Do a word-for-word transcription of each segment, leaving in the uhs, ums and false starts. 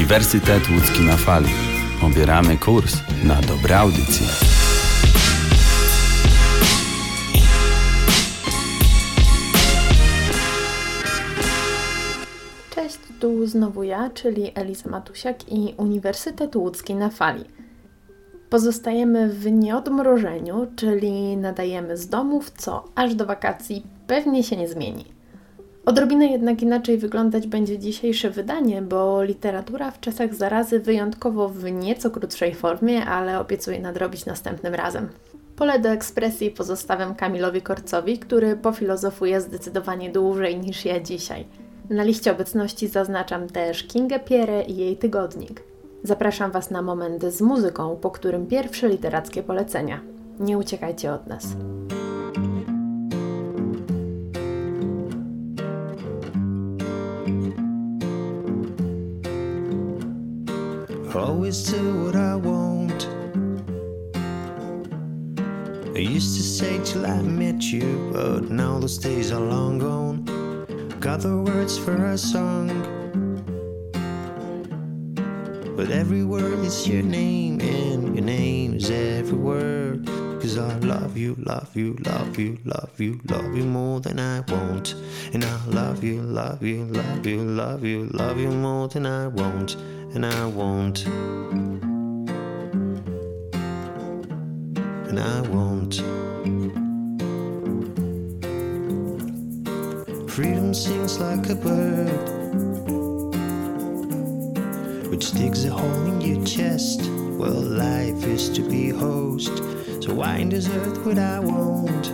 Uniwersytet Łódzki na fali. Obieramy kurs na dobre audycje. Cześć, tu znowu ja, czyli Eliza Matusiak i Uniwersytet Łódzki na fali. Pozostajemy w nieodmrożeniu, czyli nadajemy z domów, co aż do wakacji pewnie się nie zmieni. Odrobinę jednak inaczej wyglądać będzie dzisiejsze wydanie, bo literatura w czasach zarazy wyjątkowo w nieco krótszej formie, ale obiecuję nadrobić następnym razem. Pole do ekspresji pozostawiam Kamilowi Korcowi, który pofilozofuje zdecydowanie dłużej niż ja dzisiaj. Na liście obecności zaznaczam też Kingę Pierę i jej tygodnik. Zapraszam Was na moment z muzyką, po którym pierwsze literackie polecenia. Nie uciekajcie od nas. Always do what I want. I used to say till I met you, but now those days are long gone. Got the words for a song, but every word is your name, and your name is every word. Cause I love you, love you, love you, love you, love you more than I want. And I love you, love you, love you, love you, love you more than I want. And I won't, and I won't. Freedom sings like a bird, which digs a hole in your chest. Well, life is to be host, so why in this earth would I want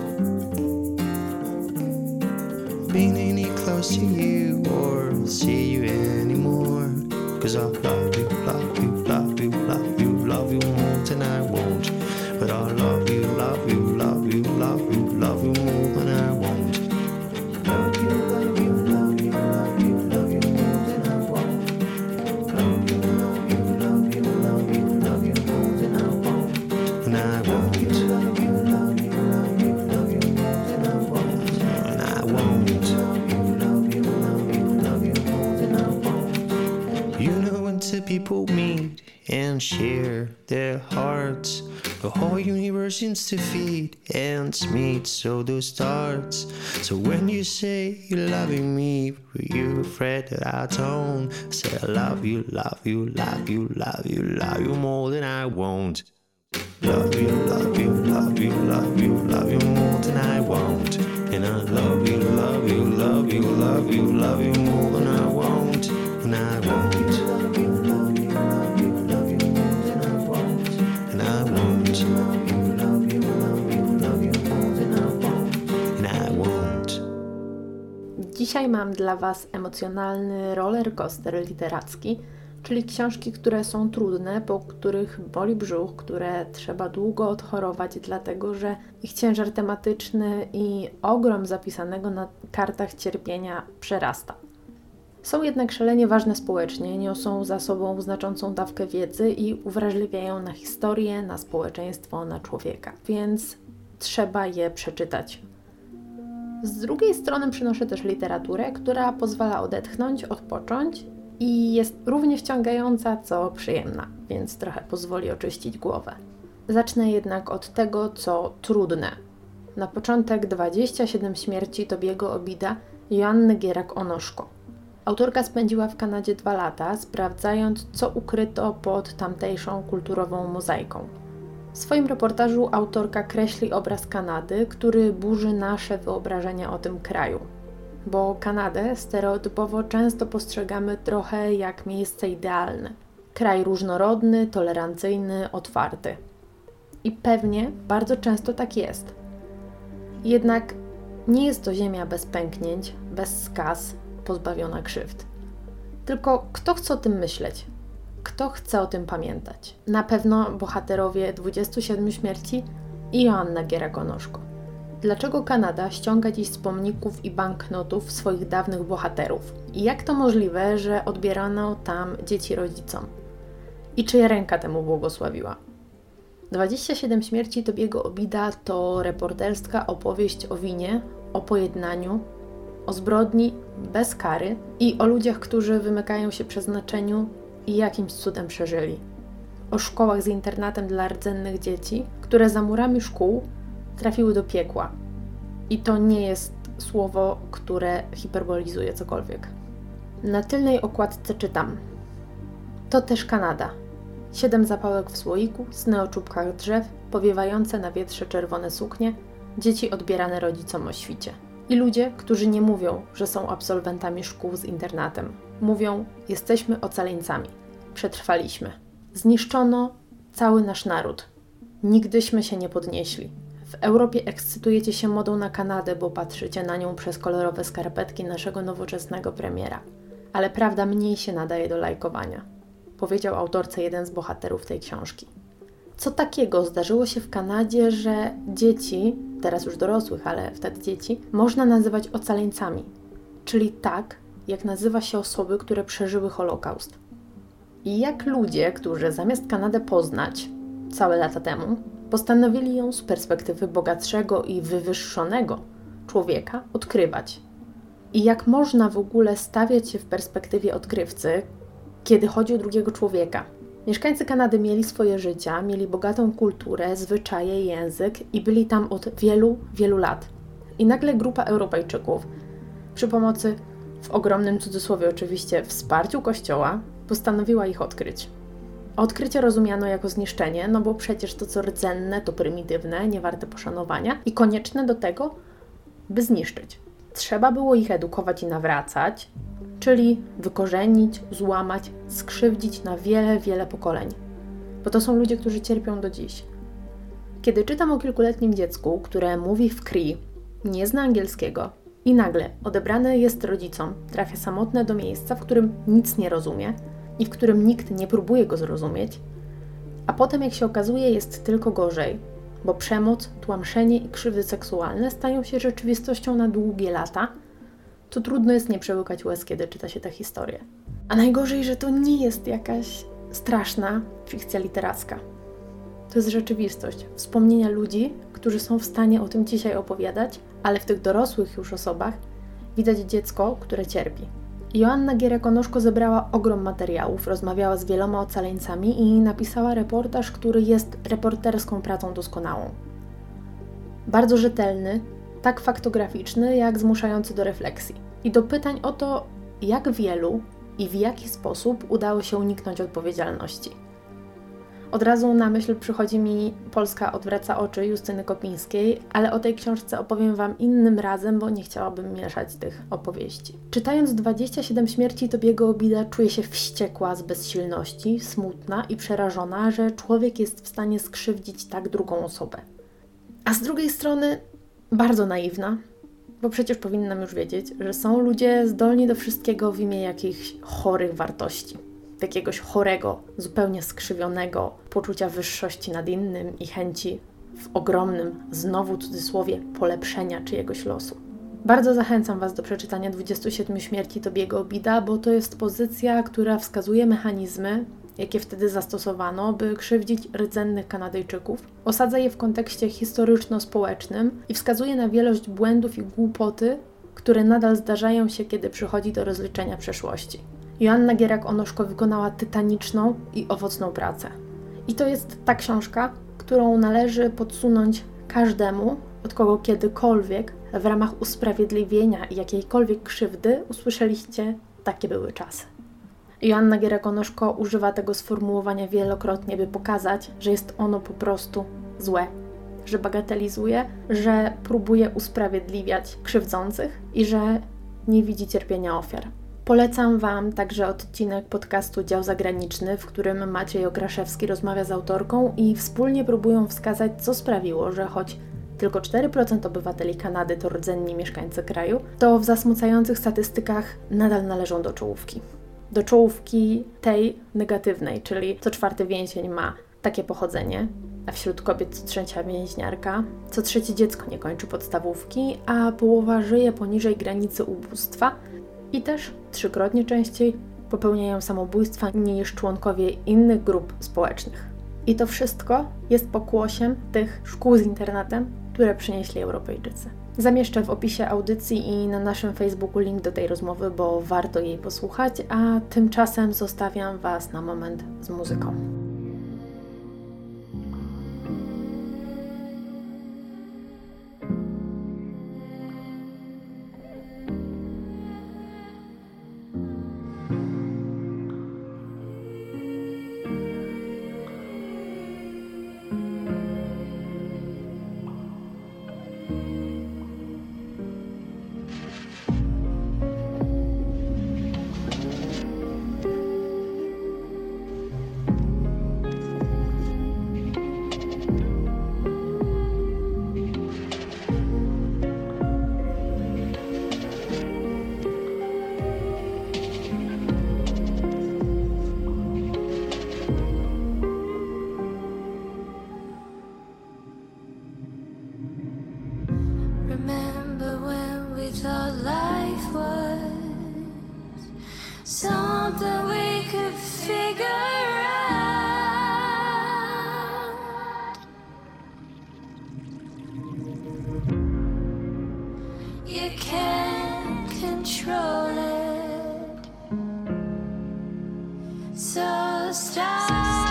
being any close to you or see you anymore? Cause I love you, love you, love you, love you, love you more than I won't. But I love you, love you, love you, love you, love you more than I won't. Love you, love you, love you, love you, love you more than I won't. Love you, love you, love you, love you, love you more than I won't. And I won't. Love you, love you, love you, love you more than I won't. And I won't. Love you, love you, love you, love you more than I won't. You know when two people meet and share their hearts, the whole universe seems to feed and meet, so do stars. So when you say you're loving me, were you afraid that I don't? I say I love you, love you, love you, love you, love you more than I won't. Love you, love you, love you, love you, love you more than I won't. And I love you, love you, love you, love you, love you more than I won't. And I won't. Love you, love you, love you, love you more than I won't. And I won't. Love you, love you, love you, love you more than I won't. And I won't. Dzisiaj mam dla Was emocjonalny rollercoaster literacki, czyli książki, które są trudne, po których boli brzuch, które trzeba długo odchorować, dlatego że ich ciężar tematyczny i ogrom zapisanego na kartach cierpienia przerasta. Są jednak szalenie ważne społecznie, niosą za sobą znaczącą dawkę wiedzy i uwrażliwiają na historię, na społeczeństwo, na człowieka, więc trzeba je przeczytać. Z drugiej strony przynoszę też literaturę, która pozwala odetchnąć, odpocząć i jest równie wciągająca, co przyjemna, więc trochę pozwoli oczyścić głowę. Zacznę jednak od tego, co trudne. Na początek dwadzieścia siedem śmierci Tobiego Obida Joanny Gierak-Onoszko. Autorka spędziła w Kanadzie dwa lata, sprawdzając, co ukryto pod tamtejszą kulturową mozaiką. W swoim reportażu autorka kreśli obraz Kanady, który burzy nasze wyobrażenia o tym kraju. Bo Kanadę stereotypowo często postrzegamy trochę jak miejsce idealne. Kraj różnorodny, tolerancyjny, otwarty. I pewnie bardzo często tak jest. Jednak nie jest to ziemia bez pęknięć, bez skaz, pozbawiona krzywd. Tylko kto chce o tym myśleć? Kto chce o tym pamiętać? Na pewno bohaterowie dwudziestu siedmiu śmierci i Joanna Gierak-Onoszko. Dlaczego Kanada ściąga dziś z pomników i banknotów swoich dawnych bohaterów? I jak to możliwe, że odbierano tam dzieci rodzicom? I czyja ręka temu błogosławiła? dwadzieścia siedem śmierci Tobiego Obida to reporterska opowieść o winie, o pojednaniu, o zbrodni bez kary i o ludziach, którzy wymykają się przeznaczeniu i jakimś cudem przeżyli. O szkołach z internatem dla rdzennych dzieci, które za murami szkół trafiły do piekła. I to nie jest słowo, które hiperbolizuje cokolwiek. Na tylnej okładce czytam: to też Kanada. Siedem zapałek w słoiku, sny o czubkach drzew, powiewające na wietrze czerwone suknie, dzieci odbierane rodzicom o świcie. I ludzie, którzy nie mówią, że są absolwentami szkół z internatem. Mówią: jesteśmy ocaleńcami. Przetrwaliśmy. Zniszczono cały nasz naród. Nigdyśmy się nie podnieśli. W Europie ekscytujecie się modą na Kanadę, bo patrzycie na nią przez kolorowe skarpetki naszego nowoczesnego premiera. Ale prawda mniej się nadaje do lajkowania, powiedział autorce jeden z bohaterów tej książki. Co takiego zdarzyło się w Kanadzie, że dzieci, teraz już dorosłych, ale wtedy dzieci, można nazywać ocaleńcami, czyli tak, jak nazywa się osoby, które przeżyły Holokaust. I jak ludzie, którzy zamiast Kanadę poznać całe lata temu, postanowili ją z perspektywy bogatszego i wywyższonego człowieka odkrywać. I jak można w ogóle stawiać się w perspektywie odkrywcy, kiedy chodzi o drugiego człowieka. Mieszkańcy Kanady mieli swoje życia, mieli bogatą kulturę, zwyczaje, język i byli tam od wielu, wielu lat. I nagle grupa Europejczyków, przy pomocy, w ogromnym cudzysłowie oczywiście, wsparciu Kościoła, postanowiła ich odkryć. Odkrycie rozumiano jako zniszczenie, no bo przecież to co rdzenne, to prymitywne, niewarte poszanowania i konieczne do tego, by zniszczyć. Trzeba było ich edukować i nawracać, czyli wykorzenić, złamać, skrzywdzić na wiele, wiele pokoleń. Bo to są ludzie, którzy cierpią do dziś. Kiedy czytam o kilkuletnim dziecku, które mówi w Cree, nie zna angielskiego i nagle odebrane jest rodzicom, trafia samotne do miejsca, w którym nic nie rozumie i w którym nikt nie próbuje go zrozumieć, a potem, jak się okazuje, jest tylko gorzej, bo przemoc, tłamszenie i krzywdy seksualne stają się rzeczywistością na długie lata, to trudno jest nie przełykać łez, kiedy czyta się tę historię. A najgorzej, że to nie jest jakaś straszna fikcja literacka. To jest rzeczywistość, wspomnienia ludzi, którzy są w stanie o tym dzisiaj opowiadać, ale w tych dorosłych już osobach widać dziecko, które cierpi. Joanna Gierek-Onoszko zebrała ogrom materiałów, rozmawiała z wieloma ocaleńcami i napisała reportaż, który jest reporterską pracą doskonałą. Bardzo rzetelny, tak faktograficzny, jak zmuszający do refleksji. I do pytań o to, jak wielu i w jaki sposób udało się uniknąć odpowiedzialności. Od razu na myśl przychodzi mi Polska odwraca oczy Justyny Kopińskiej, ale o tej książce opowiem Wam innym razem, bo nie chciałabym mieszać tych opowieści. Czytając dwadzieścia siedem śmierci Tobiego Obida czuję się wściekła z bezsilności, smutna i przerażona, że człowiek jest w stanie skrzywdzić tak drugą osobę. A z drugiej strony bardzo naiwna, bo przecież powinnam już wiedzieć, że są ludzie zdolni do wszystkiego w imię jakichś chorych wartości. Jakiegoś chorego, zupełnie skrzywionego poczucia wyższości nad innym i chęci w ogromnym, znowu cudzysłowie, polepszenia czyjegoś losu. Bardzo zachęcam Was do przeczytania dwudziestu siedmiu śmierci Tobiego Obida, bo to jest pozycja, która wskazuje mechanizmy, jakie wtedy zastosowano, by krzywdzić rdzennych Kanadyjczyków, osadza je w kontekście historyczno-społecznym i wskazuje na wielość błędów i głupoty, które nadal zdarzają się, kiedy przychodzi do rozliczenia przeszłości. Joanna Gierek-Onoszko wykonała tytaniczną i owocną pracę. I to jest ta książka, którą należy podsunąć każdemu, od kogo kiedykolwiek w ramach usprawiedliwienia i jakiejkolwiek krzywdy usłyszeliście: takie były czasy. Joanna Gierek-Onoszko używa tego sformułowania wielokrotnie, by pokazać, że jest ono po prostu złe, że bagatelizuje, że próbuje usprawiedliwiać krzywdzących i że nie widzi cierpienia ofiar. Polecam Wam także odcinek podcastu Dział Zagraniczny, w którym Maciej Okraszewski rozmawia z autorką i wspólnie próbują wskazać, co sprawiło, że choć tylko cztery procent obywateli Kanady to rdzenni mieszkańcy kraju, to w zasmucających statystykach nadal należą do czołówki. Do czołówki tej negatywnej, czyli co czwarty więzień ma takie pochodzenie, a wśród kobiet co trzecia więźniarka, co trzecie dziecko nie kończy podstawówki, a połowa żyje poniżej granicy ubóstwa i też trzykrotnie częściej popełniają samobójstwa niż członkowie innych grup społecznych. I to wszystko jest pokłosiem tych szkół z internatem, które przynieśli Europejczycy. Zamieszczę w opisie audycji i na naszym Facebooku link do tej rozmowy, bo warto jej posłuchać, a tymczasem zostawiam Was na moment z muzyką. Remember when we thought life was something we could figure out. You can't control it, so stop.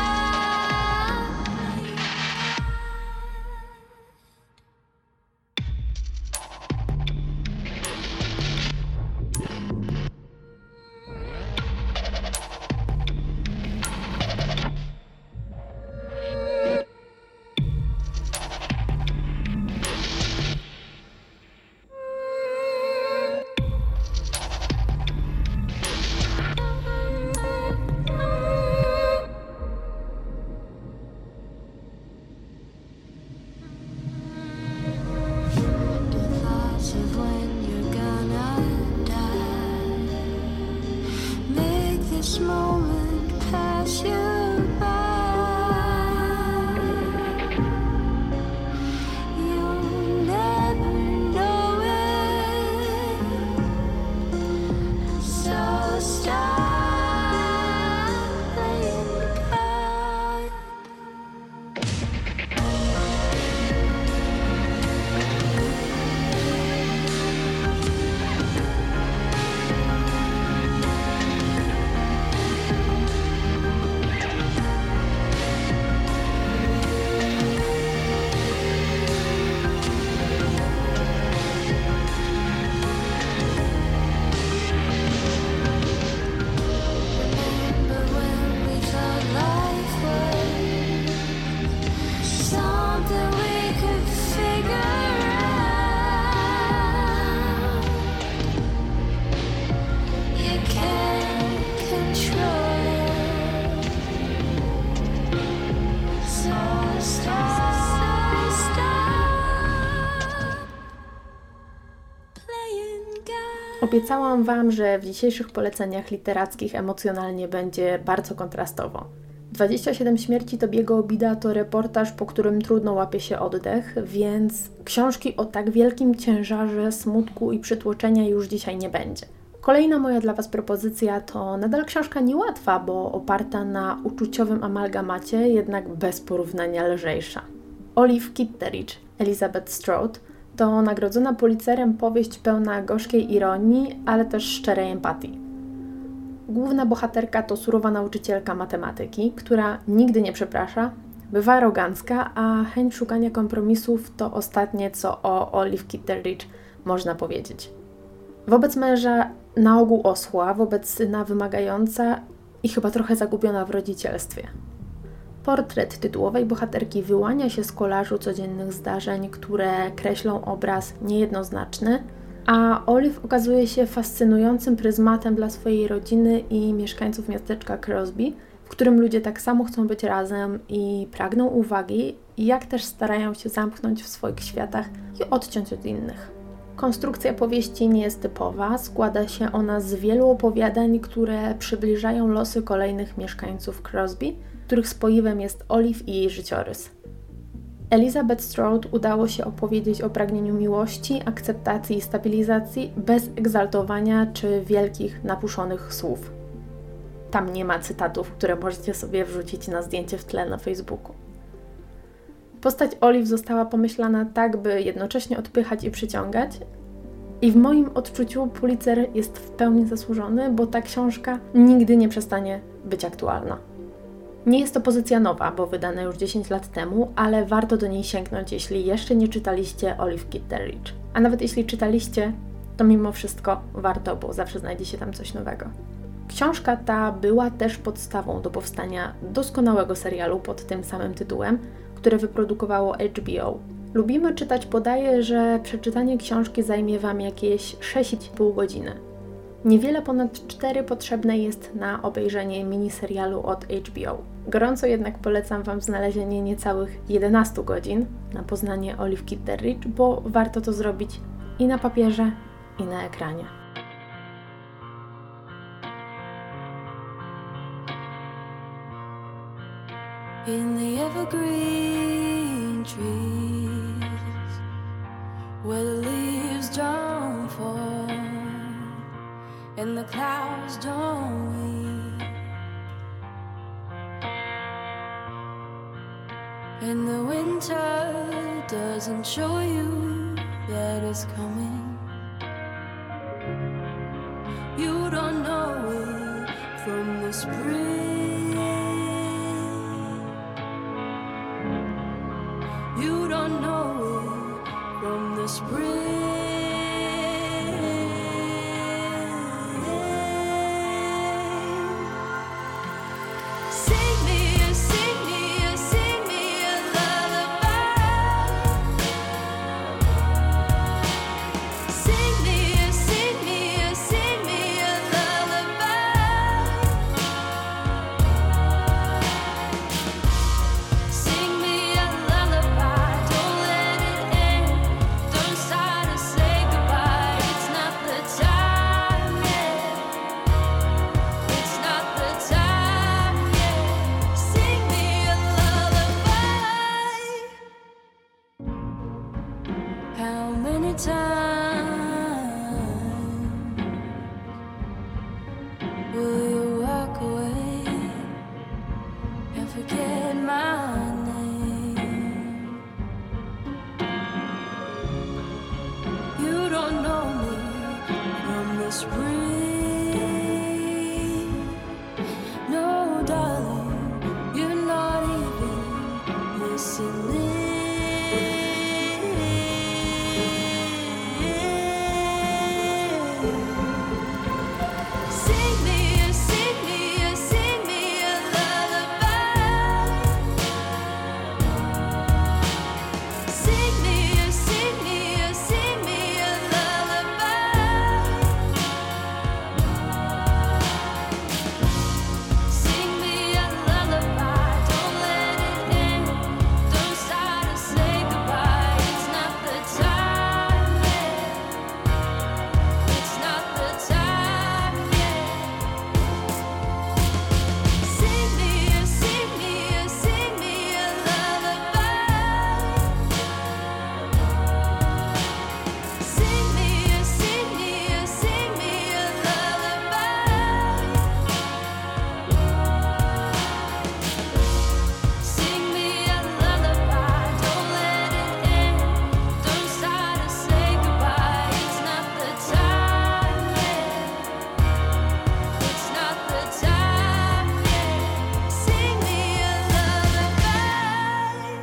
This moment pass you by. You'll never know it, so stop playing God. Obiecałam Wam, że w dzisiejszych poleceniach literackich emocjonalnie będzie bardzo kontrastowo. dwadzieścia siedem śmierci Tobiego Obida to reportaż, po którym trudno łapie się oddech, więc książki o tak wielkim ciężarze smutku i przytłoczenia już dzisiaj nie będzie. Kolejna moja dla Was propozycja to nadal książka niełatwa, bo oparta na uczuciowym amalgamacie, jednak bez porównania lżejsza. Olive Kitteridge, Elizabeth Strout to nagrodzona Pulitzerem powieść pełna gorzkiej ironii, ale też szczerej empatii. Główna bohaterka to surowa nauczycielka matematyki, która nigdy nie przeprasza, bywa arogancka, a chęć szukania kompromisów to ostatnie, co o Olive Kitteridge można powiedzieć. Wobec męża na ogół oschła, wobec syna wymagająca i chyba trochę zagubiona w rodzicielstwie. Portret tytułowej bohaterki wyłania się z kolażu codziennych zdarzeń, które kreślą obraz niejednoznaczny, a Olive okazuje się fascynującym pryzmatem dla swojej rodziny i mieszkańców miasteczka Crosby, w którym ludzie tak samo chcą być razem i pragną uwagi, jak też starają się zamknąć w swoich światach i odciąć od innych. Konstrukcja powieści nie jest typowa, składa się ona z wielu opowiadań, które przybliżają losy kolejnych mieszkańców Crosby, których spoiwem jest Olive i jej życiorys. Elizabeth Strout udało się opowiedzieć o pragnieniu miłości, akceptacji i stabilizacji bez egzaltowania czy wielkich, napuszonych słów. Tam nie ma cytatów, które możecie sobie wrzucić na zdjęcie w tle na Facebooku. Postać Olive została pomyślana tak, by jednocześnie odpychać i przyciągać. I w moim odczuciu Pulitzer jest w pełni zasłużony, bo ta książka nigdy nie przestanie być aktualna. Nie jest to pozycja nowa, bo wydana już dziesięć lat temu, ale warto do niej sięgnąć, jeśli jeszcze nie czytaliście Olive Kitteridge. A nawet jeśli czytaliście, to mimo wszystko warto, bo zawsze znajdzie się tam coś nowego. Książka ta była też podstawą do powstania doskonałego serialu pod tym samym tytułem, które wyprodukowało H B O. Lubimy czytać podaje, że przeczytanie książki zajmie Wam jakieś sześć i pół godziny. Niewiele ponad cztery potrzebne jest na obejrzenie miniserialu od H B O. Gorąco jednak polecam Wam znalezienie niecałych jedenastu godzin na poznanie Olive Kitteridge, bo warto to zrobić i na papierze, i na ekranie. In the evergreen trees, where the leaves don't fall and the clouds don't weep, and the winter doesn't show you that it's coming. You don't know it from the spring. You don't know it from the spring. Sing me, sing me, sing me a lullaby. Sing me, sing me, sing me a lullaby. Sing me a lullaby. Don't let it end. Don't start to say goodbye. It's not the time yet. It's not the time yet. Sing me a lullaby. How many times will you walk away and forget my name? You don't know me from the spring. No, darling, you're not even listening. Sing me, sing me, sing me a lullaby. Sing me, sing me, sing me a lullaby. Sing me a lullaby. Don't let it end. Don't start to say goodbye. It's not the time yet. It's not the time yet. Sing me, sing me, sing me a lullaby. Sing me, sing me, sing me a lullaby. Sing me a lullaby. Don't let it end. Don't start to say goodbye. It's not the time yet. It's not the time yet. Sing me a lullaby.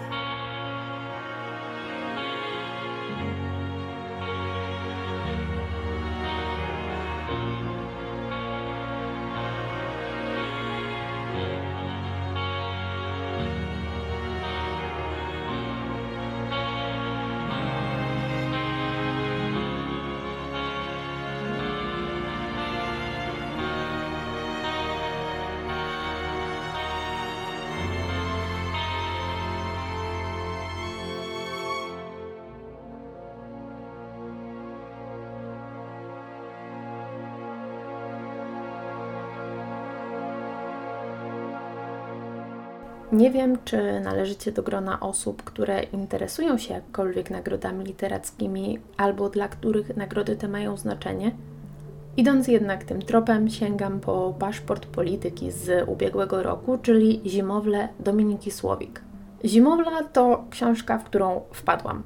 Nie wiem, czy należycie do grona osób, które interesują się jakkolwiek nagrodami literackimi, albo dla których nagrody te mają znaczenie. Idąc jednak tym tropem, sięgam po paszport polityki z ubiegłego roku, czyli Zimowle Dominiki Słowik. Zimowla to książka, w którą wpadłam.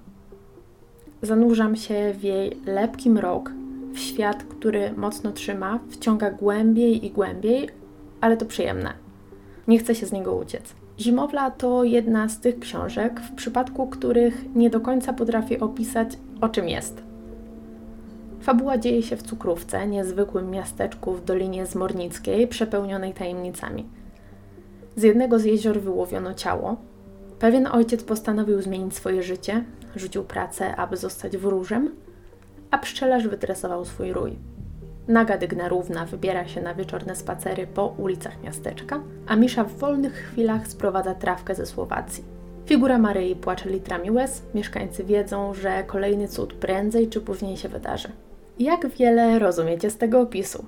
Zanurzam się w jej lepki mrok, w świat, który mocno trzyma, wciąga głębiej i głębiej, ale to przyjemne. Nie chcę się z niego uciec. Zimowla to jedna z tych książek, w przypadku których nie do końca potrafię opisać, o czym jest. Fabuła dzieje się w Cukrówce, niezwykłym miasteczku w Dolinie Zmornickiej, przepełnionej tajemnicami. Z jednego z jezior wyłowiono ciało. Pewien ojciec postanowił zmienić swoje życie, rzucił pracę, aby zostać wróżem, a pszczelarz wytresował swój rój. Naga Dygnarówna wybiera się na wieczorne spacery po ulicach miasteczka, a Misza w wolnych chwilach sprowadza trawkę ze Słowacji. Figura Maryi płacze litrami łez, mieszkańcy wiedzą, że kolejny cud prędzej czy później się wydarzy. Jak wiele rozumiecie z tego opisu?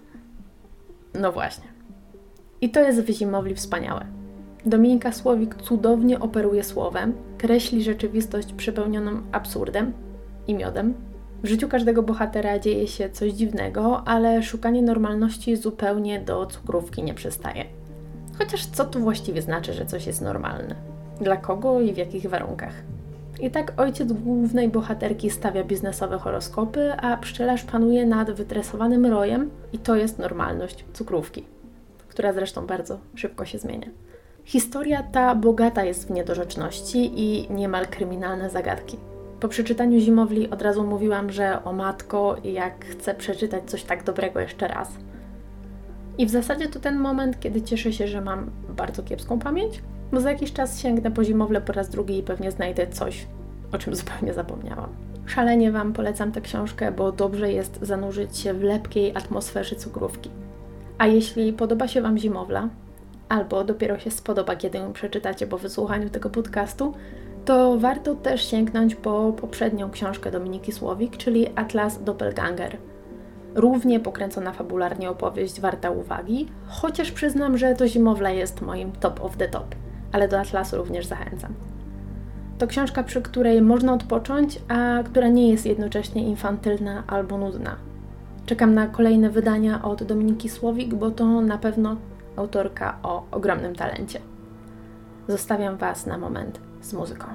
No właśnie. I to jest w Zimowli wspaniałe. Dominika Słowik cudownie operuje słowem, kreśli rzeczywistość przepełnioną absurdem i miodem. W życiu każdego bohatera dzieje się coś dziwnego, ale szukanie normalności zupełnie do Cukrówki nie przystaje. Chociaż co tu właściwie znaczy, że coś jest normalne? Dla kogo i w jakich warunkach? I tak ojciec głównej bohaterki stawia biznesowe horoskopy, a pszczelarz panuje nad wytresowanym rojem i to jest normalność Cukrówki, która zresztą bardzo szybko się zmienia. Historia ta bogata jest w niedorzeczności i niemal kryminalne zagadki. Po przeczytaniu Zimowli od razu mówiłam, że o matko, jak chcę przeczytać coś tak dobrego jeszcze raz. I w zasadzie to ten moment, kiedy cieszę się, że mam bardzo kiepską pamięć, bo za jakiś czas sięgnę po Zimowlę po raz drugi i pewnie znajdę coś, o czym zupełnie zapomniałam. Szalenie Wam polecam tę książkę, bo dobrze jest zanurzyć się w lepkiej atmosferze Cukrówki. A jeśli podoba się Wam Zimowla, albo dopiero się spodoba, kiedy ją przeczytacie po wysłuchaniu tego podcastu, to warto też sięgnąć po poprzednią książkę Dominiki Słowik, czyli Atlas Doppelganger. Równie pokręcona fabularnie opowieść warta uwagi, chociaż przyznam, że to Zimowla jest moim top of the top, ale do Atlasu również zachęcam. To książka, przy której można odpocząć, a która nie jest jednocześnie infantylna albo nudna. Czekam na kolejne wydania od Dominiki Słowik, bo to na pewno autorka o ogromnym talencie. Zostawiam Was na moment z muzyką.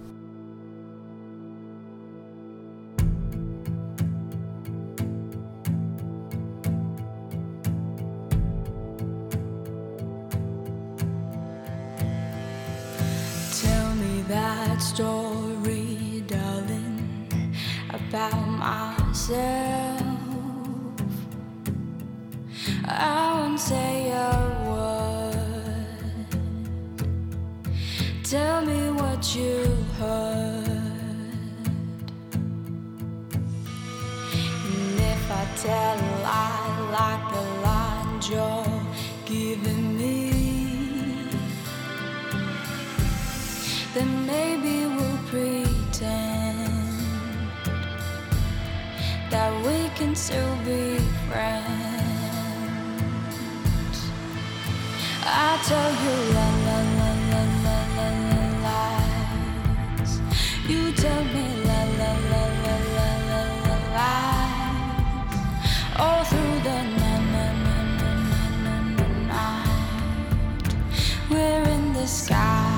Tell me that story, darling, about myself. I won't say a word. Tell me what you heard. And if I tell a lie like the line you're giving me, then maybe we'll pretend that we can still be friends. I tell you la la la la la la la lies. You tell me la la la la la la la lies. All through the night, night, night, night, night, night. We're in the sky.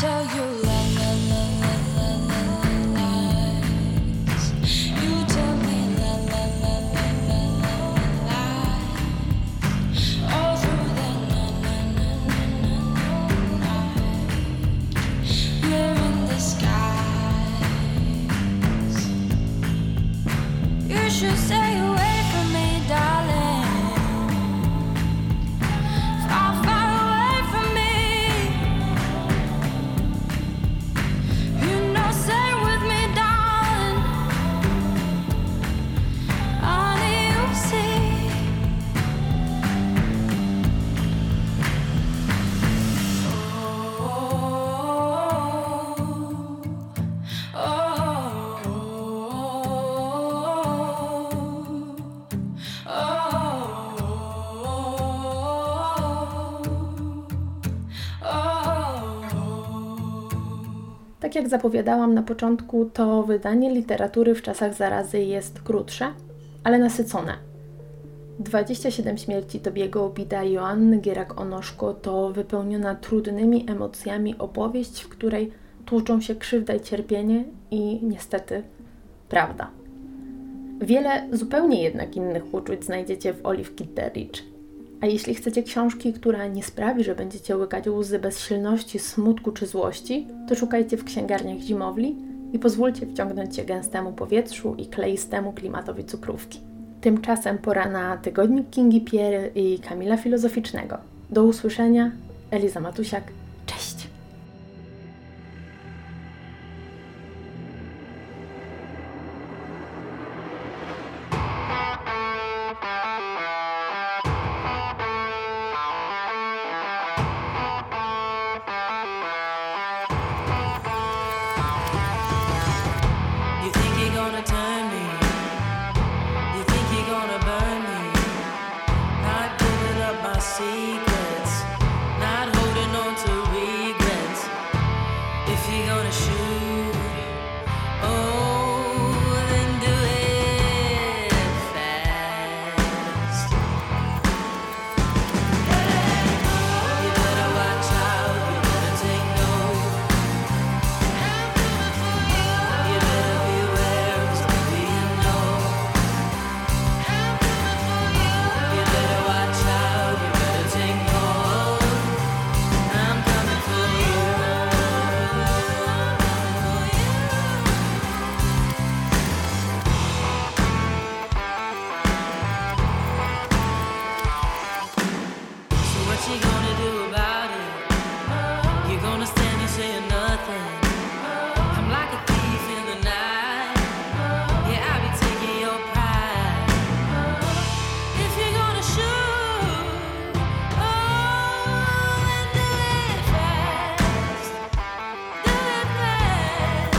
tell you la la la la la la lies. You tell me la la la la la la lies. All through the na na na na na na night. You're in disguise. You should stay away from me, darling. Far, far away from me. You know, stay with me, darling. Only you see. Oh, oh, oh, Tak jak zapowiadałam na początku, to wydanie literatury w czasach zarazy jest krótsze, ale nasycone. dwadzieścia siedem śmierci Tobiego Obida i Joanny Gierak-Onoszko to wypełniona trudnymi emocjami opowieść, w której tłuczą się krzywda i cierpienie i niestety prawda. Wiele zupełnie jednak innych uczuć znajdziecie w Olive Kitteridge. A jeśli chcecie książki, która nie sprawi, że będziecie łykać łzy bezsilności, smutku czy złości, to szukajcie w księgarniach zimowli i pozwólcie wciągnąć się gęstemu powietrzu i kleistemu klimatowi cukrówki. Tymczasem pora na tygodnik Kingi Piery i Kamila Filozoficznego. Do usłyszenia, Eliza Matusiak. Cześć! You think you're gonna turn me? You think you're gonna burn me? Not giving up my secrets, not holding on to regrets. If you're gonna shoot, oh, then do it fast. You better watch out, you better take note. You better beware, 'cause baby you know. You better watch out, you better take note. I'm coming for you. So what you gonna do about it? You gonna stand and say nothing? I'm like a thief in the night. Yeah, I'll be taking your pride. If you're gonna shoot, oh, then do it fast. Do it fast.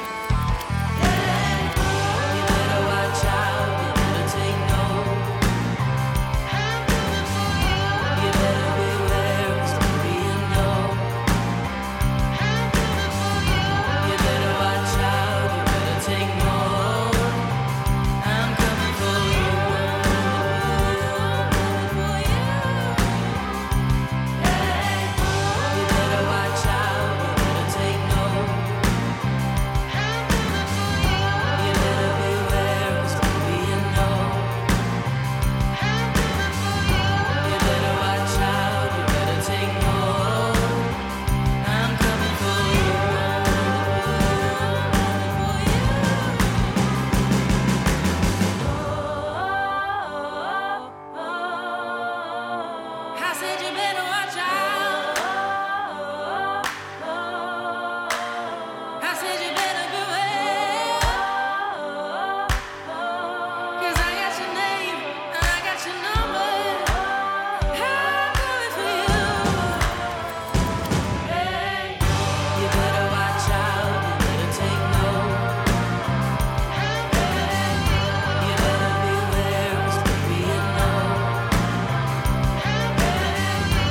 You better watch out, you better take note. You better beware, 'cause baby you know. You better watch out, you better take note. I'm coming for you. You better watch out, you better take note. You better beware, 'cause baby you know. You better watch out, you better take note. I'm coming for you. I said you better watch out. I said you better beware. 'Cause I got your name and I got your number. I'm coming for you. You better watch out, you better take note. You better beware, 'cause baby you know.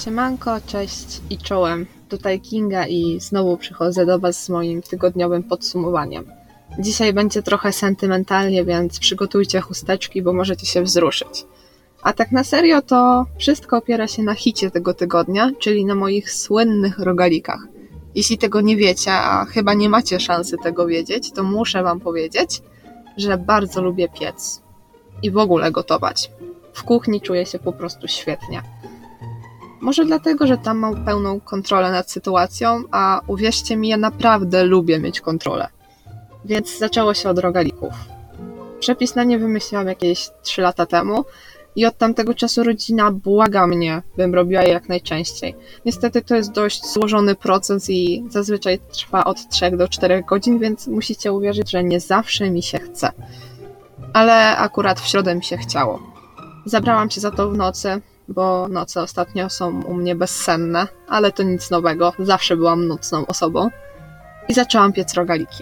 Siemanko, cześć i czołem. Tutaj Kinga i znowu przychodzę do Was z moim tygodniowym podsumowaniem. Dzisiaj będzie trochę sentymentalnie, więc przygotujcie chusteczki, bo możecie się wzruszyć. A tak na serio to wszystko opiera się na hicie tego tygodnia, czyli na moich słynnych rogalikach. Jeśli tego nie wiecie, a chyba nie macie szansy tego wiedzieć, to muszę Wam powiedzieć, że bardzo lubię piec i w ogóle gotować. W kuchni czuję się po prostu świetnie. Może dlatego, że tam mam pełną kontrolę nad sytuacją, a uwierzcie mi, ja naprawdę lubię mieć kontrolę. Więc zaczęło się od rogalików. Przepis na nie wymyśliłam jakieś trzy lata temu i od tamtego czasu rodzina błaga mnie, bym robiła je jak najczęściej. Niestety to jest dość złożony proces i zazwyczaj trwa od trzech do czterech godzin, więc musicie uwierzyć, że nie zawsze mi się chce. Ale akurat w środę mi się chciało. Zabrałam się za to w nocy, bo noce ostatnio są u mnie bezsenne, ale to nic nowego, zawsze byłam nocną osobą. I zaczęłam piec rogaliki.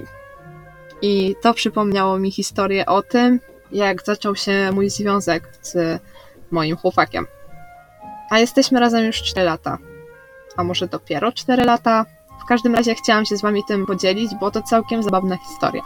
I to przypomniało mi historię o tym, jak zaczął się mój związek z moim chłopakiem. A jesteśmy razem już cztery lata. A może dopiero cztery lata? W każdym razie chciałam się z Wami tym podzielić, bo to całkiem zabawna historia.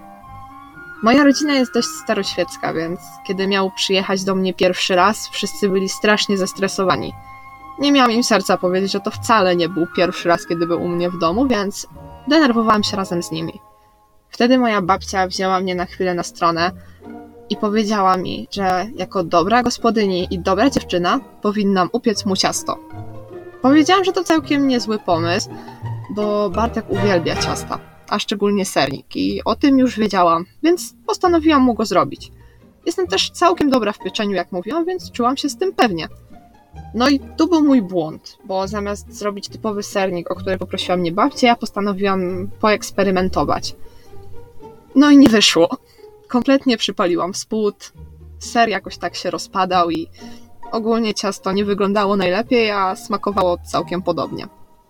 Moja rodzina jest dość staroświecka, więc kiedy miał przyjechać do mnie pierwszy raz, wszyscy byli strasznie zestresowani. Nie miałam im serca powiedzieć, że to wcale nie był pierwszy raz, kiedy był u mnie w domu, więc denerwowałam się razem z nimi. Wtedy moja babcia wzięła mnie na chwilę na stronę i powiedziała mi, że jako dobra gospodyni i dobra dziewczyna powinnam upiec mu ciasto. Powiedziałam, że to całkiem niezły pomysł, bo Bartek uwielbia ciasta, a szczególnie sernik i o tym już wiedziałam, więc postanowiłam mu go zrobić. Jestem też całkiem dobra w pieczeniu, jak mówiłam, więc czułam się z tym pewnie. No i tu był mój błąd, bo zamiast zrobić typowy sernik, o który poprosiła mnie babcia, ja postanowiłam poeksperymentować. No i nie wyszło. Kompletnie przypaliłam spód, ser jakoś tak się rozpadał i ogólnie ciasto nie wyglądało najlepiej, a smakowało całkiem podobnie.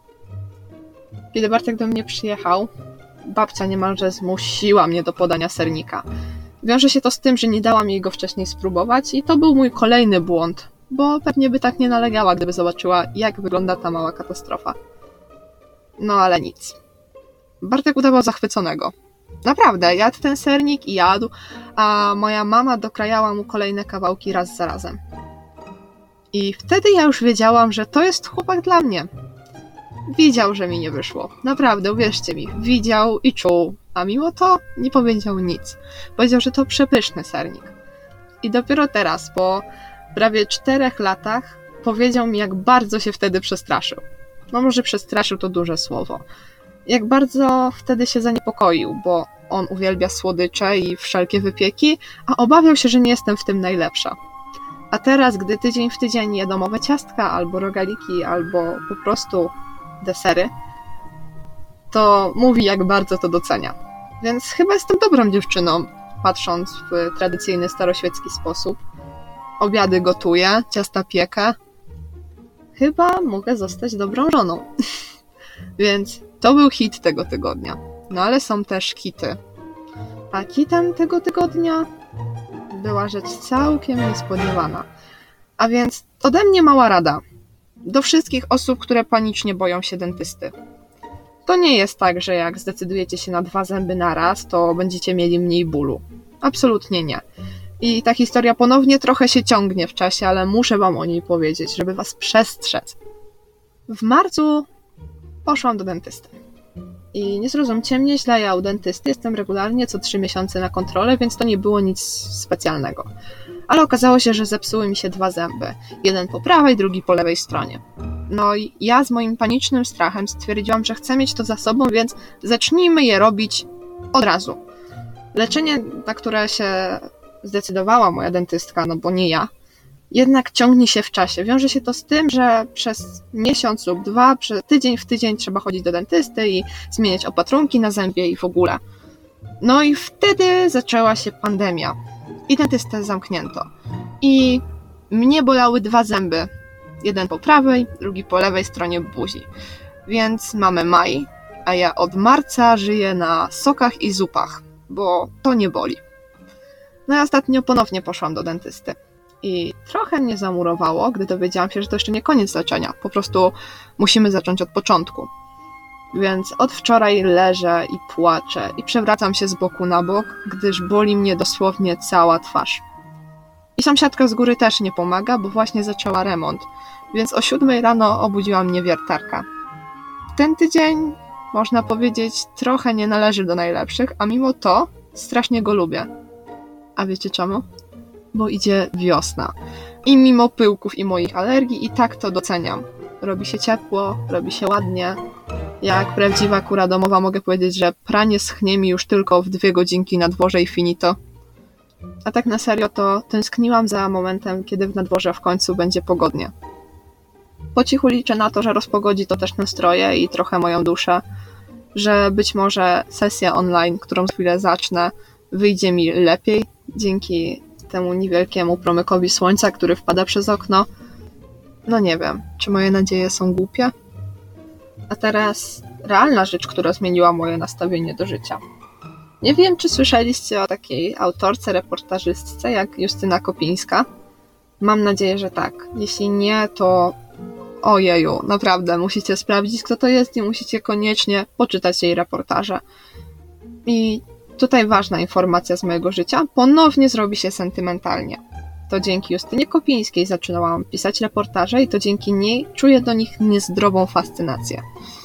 Kiedy Bartek do mnie przyjechał, babcia niemalże zmusiła mnie do podania sernika. Wiąże się to z tym, że nie dałam jej go wcześniej spróbować i to był mój kolejny błąd, bo pewnie by tak nie nalegała, gdyby zobaczyła, jak wygląda ta mała katastrofa. No ale nic. Bartek udawał zachwyconego. Naprawdę, jadł ten sernik i jadł, a moja mama dokrajała mu kolejne kawałki raz za razem. I wtedy ja już wiedziałam, że to jest chłopak dla mnie. Widział, że mi nie wyszło. Naprawdę, uwierzcie mi. Widział i czuł, a mimo to nie powiedział nic. Powiedział, że to przepyszny sernik. I dopiero teraz, po prawie czterech latach, powiedział mi, jak bardzo się wtedy przestraszył. No może przestraszył to duże słowo. Jak bardzo wtedy się zaniepokoił, bo on uwielbia słodycze i wszelkie wypieki, a obawiał się, że nie jestem w tym najlepsza. A teraz, gdy tydzień w tydzień je domowe ciastka, albo rogaliki, albo po prostu desery, to mówi, jak bardzo to docenia. Więc chyba jestem dobrą dziewczyną, patrząc w tradycyjny staroświecki sposób. Obiady gotuję, ciasta piekę. Chyba mogę zostać dobrą żoną. Więc to był hit tego tygodnia. No ale są też hity. A hitem tego tygodnia była rzecz całkiem niespodziewana. A więc ode mnie mała rada. Do wszystkich osób, które panicznie boją się dentysty. To nie jest tak, że jak zdecydujecie się na dwa zęby na raz, to będziecie mieli mniej bólu. Absolutnie nie. I ta historia ponownie trochę się ciągnie w czasie, ale muszę wam o niej powiedzieć, żeby was przestrzec. W marcu poszłam do dentysty. I nie zrozumcie mnie źle, ja u dentysty jestem regularnie co trzy miesiące na kontrolę, więc to nie było nic specjalnego. Ale okazało się, że zepsuły mi się dwa zęby. Jeden po prawej, drugi po lewej stronie. No i ja z moim panicznym strachem stwierdziłam, że chcę mieć to za sobą, więc zacznijmy je robić od razu. Leczenie, na które się zdecydowała moja dentystka, no bo nie ja, jednak ciągnie się w czasie. Wiąże się to z tym, że przez miesiąc lub dwa, przez tydzień w tydzień trzeba chodzić do dentysty i zmieniać opatrunki na zębie i w ogóle. No i wtedy zaczęła się pandemia i dentystę zamknięto. I mnie bolały dwa zęby. Jeden po prawej, drugi po lewej stronie buzi. Więc mamy maj, a ja od marca żyję na sokach i zupach, bo to nie boli. No i ostatnio ponownie poszłam do dentysty. I trochę mnie zamurowało, gdy dowiedziałam się, że to jeszcze nie koniec leczenia. Po prostu musimy zacząć od początku. Więc od wczoraj leżę i płaczę i przewracam się z boku na bok, gdyż boli mnie dosłownie cała twarz. I sąsiadka z góry też nie pomaga, bo właśnie zaczęła remont, więc o siódmej rano obudziła mnie wiertarka. Ten tydzień, można powiedzieć, trochę nie należy do najlepszych, a mimo to strasznie go lubię. A wiecie czemu? Bo idzie wiosna. I mimo pyłków i moich alergii i tak to doceniam. Robi się ciepło, robi się ładnie. Jak prawdziwa kura domowa mogę powiedzieć, że pranie schnie mi już tylko w dwie godzinki na dworze i finito. A tak na serio to tęskniłam za momentem, kiedy w nadworze w końcu będzie pogodnie. Po cichu liczę na to, że rozpogodzi to też nastroje i trochę moją duszę, że być może sesja online, którą za chwilę zacznę, wyjdzie mi lepiej dzięki temu niewielkiemu promykowi słońca, który wpada przez okno. No nie wiem, czy moje nadzieje są głupie? A teraz realna rzecz, która zmieniła moje nastawienie do życia. Nie wiem, czy słyszeliście o takiej autorce, reportażystce jak Justyna Kopińska? Mam nadzieję, że tak. Jeśli nie, to ojeju, naprawdę, musicie sprawdzić, kto to jest i musicie koniecznie poczytać jej reportaże. I tutaj ważna informacja z mojego życia. Ponownie zrobi się sentymentalnie. To dzięki Justynie Kopińskiej zaczynałam pisać reportaże i to dzięki niej czuję do nich niezdrową fascynację.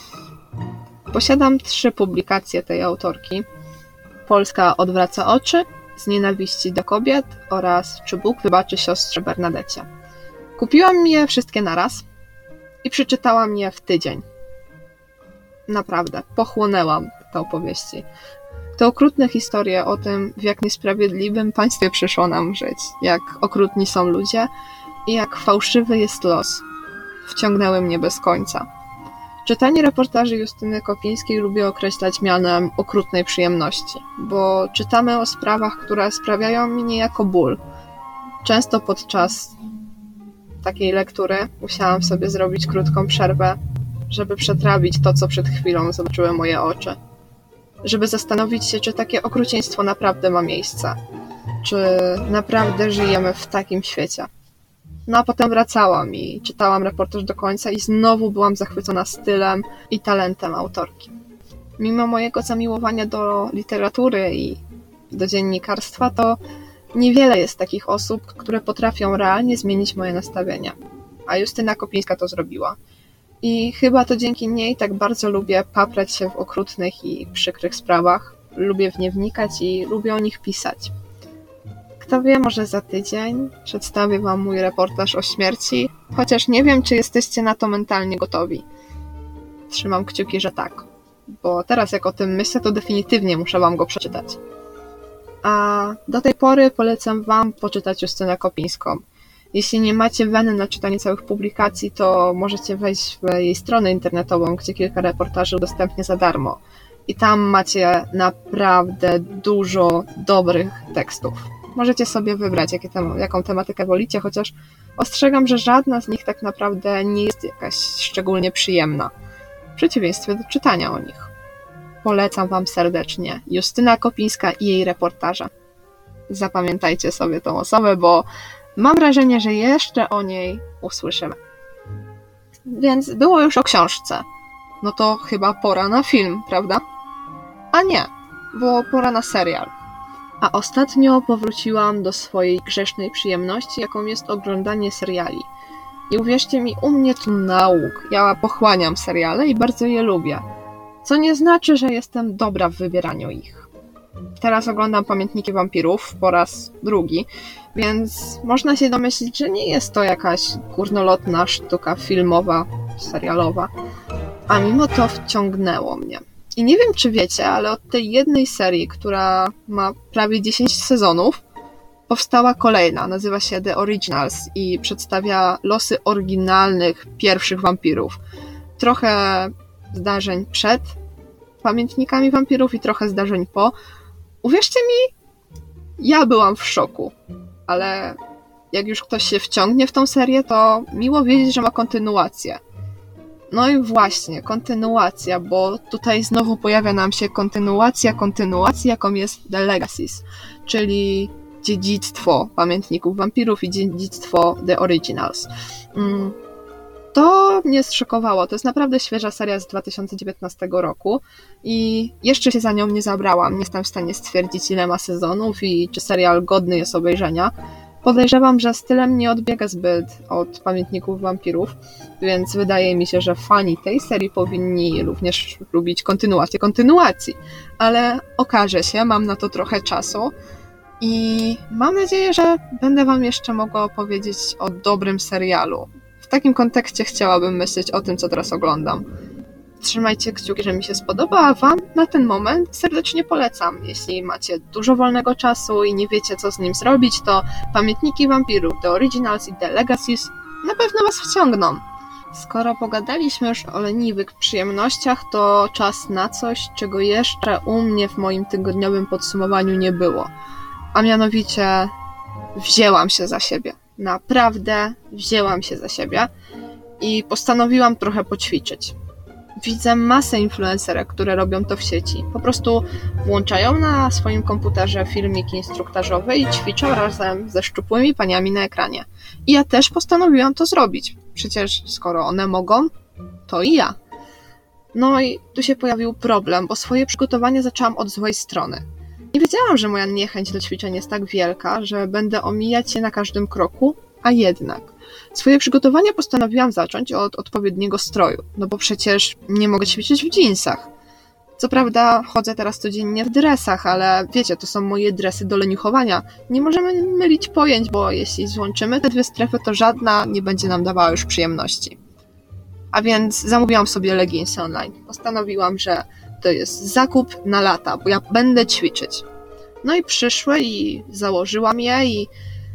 Posiadam trzy publikacje tej autorki. Polska odwraca oczy, Z nienawiści do kobiet oraz Czy Bóg wybaczy siostrze Bernadecie. Kupiłam je wszystkie naraz i przeczytałam je w tydzień. Naprawdę, pochłonęłam te opowieści. To okrutne historie o tym, w jak niesprawiedliwym państwie przyszło nam żyć, jak okrutni są ludzie i jak fałszywy jest los. Wciągnęły mnie bez końca. Czytanie reportaży Justyny Kopińskiej lubię określać mianem okrutnej przyjemności, bo czytamy o sprawach, które sprawiają mi niejako ból. Często podczas takiej lektury musiałam sobie zrobić krótką przerwę, żeby przetrawić to, co przed chwilą zobaczyły moje oczy. Żeby zastanowić się, czy takie okrucieństwo naprawdę ma miejsce. Czy naprawdę żyjemy w takim świecie. No a potem wracałam i czytałam reportaż do końca i znowu byłam zachwycona stylem i talentem autorki. Mimo mojego zamiłowania do literatury i do dziennikarstwa, to niewiele jest takich osób, które potrafią realnie zmienić moje nastawienie. A Justyna Kopińska to zrobiła. I chyba to dzięki niej tak bardzo lubię paprać się w okrutnych i przykrych sprawach. Lubię w nie wnikać i lubię o nich pisać. Kto wie, może za tydzień przedstawię wam mój reportaż o śmierci, chociaż nie wiem, czy jesteście na to mentalnie gotowi. Trzymam kciuki, że tak, bo teraz jak o tym myślę, to definitywnie muszę wam go przeczytać. A do tej pory polecam wam poczytać Justynę Kopińską. Jeśli nie macie weny na czytanie całych publikacji, to możecie wejść w jej stronę internetową, gdzie kilka reportaży udostępnię za darmo. I tam macie naprawdę dużo dobrych tekstów. Możecie sobie wybrać, jakie tem- jaką tematykę wolicie, chociaż ostrzegam, że żadna z nich tak naprawdę nie jest jakaś szczególnie przyjemna. W przeciwieństwie do czytania o nich. Polecam wam serdecznie Justyna Kopińska i jej reportaże. Zapamiętajcie sobie tą osobę, bo mam wrażenie, że jeszcze o niej usłyszymy. Więc było już o książce. No to chyba pora na film, prawda? A nie, było pora na serial. A ostatnio powróciłam do swojej grzesznej przyjemności, jaką jest oglądanie seriali. I uwierzcie mi, u mnie to nauk. Ja pochłaniam seriale i bardzo je lubię. Co nie znaczy, że jestem dobra w wybieraniu ich. Teraz oglądam Pamiętniki Wampirów po raz drugi, więc można się domyślić, że nie jest to jakaś górnolotna sztuka filmowa, serialowa. A mimo to wciągnęło mnie. I nie wiem, czy wiecie, ale od tej jednej serii, która ma prawie dziesięć sezonów, powstała kolejna, nazywa się The Originals i przedstawia losy oryginalnych pierwszych wampirów. Trochę zdarzeń przed Pamiętnikami Wampirów i trochę zdarzeń po. Uwierzcie mi, ja byłam w szoku, ale jak już ktoś się wciągnie w tą serię, to miło wiedzieć, że ma kontynuację. No i właśnie, kontynuacja, bo tutaj znowu pojawia nam się kontynuacja kontynuacji, jaką jest The Legacies, czyli dziedzictwo Pamiętników Wampirów i dziedzictwo The Originals. To mnie zszokowało. To jest naprawdę świeża seria z dwa tysiące dziewiętnastego roku i jeszcze się za nią nie zabrałam. Nie jestem w stanie stwierdzić, ile ma sezonów i czy serial godny jest obejrzenia. Podejrzewam, że stylem nie odbiega zbyt od Pamiętników Wampirów, więc wydaje mi się, że fani tej serii powinni również lubić kontynuację kontynuacji. Ale okaże się, mam na to trochę czasu i mam nadzieję, że będę wam jeszcze mogła opowiedzieć o dobrym serialu. W takim kontekście chciałabym myśleć o tym, co teraz oglądam. Trzymajcie kciuki, że mi się spodoba, a wam na ten moment serdecznie polecam. Jeśli macie dużo wolnego czasu i nie wiecie, co z nim zrobić, to Pamiętniki Wampirów, The Originals i The Legacies na pewno was wciągną. Skoro pogadaliśmy już o leniwych przyjemnościach, to czas na coś, czego jeszcze u mnie w moim tygodniowym podsumowaniu nie było. A mianowicie wzięłam się za siebie. Naprawdę wzięłam się za siebie i postanowiłam trochę poćwiczyć. Widzę masę influencerek, które robią to w sieci. Po prostu włączają na swoim komputerze filmiki instruktażowe i ćwiczą razem ze szczupłymi paniami na ekranie. I ja też postanowiłam to zrobić. Przecież skoro one mogą, to i ja. No i tu się pojawił problem, bo swoje przygotowanie zaczęłam od złej strony. Nie wiedziałam, że moja niechęć do ćwiczeń jest tak wielka, że będę omijać je na każdym kroku, a jednak. Swoje przygotowanie postanowiłam zacząć od odpowiedniego stroju, no bo przecież nie mogę ćwiczyć w dżinsach. Co prawda chodzę teraz codziennie w dresach, ale wiecie, to są moje dresy do leniuchowania. Nie możemy mylić pojęć, bo jeśli złączymy te dwie strefy, to żadna nie będzie nam dawała już przyjemności. A więc zamówiłam sobie leginsy online. Postanowiłam, że to jest zakup na lata, bo ja będę ćwiczyć. No i przyszły i założyłam je i...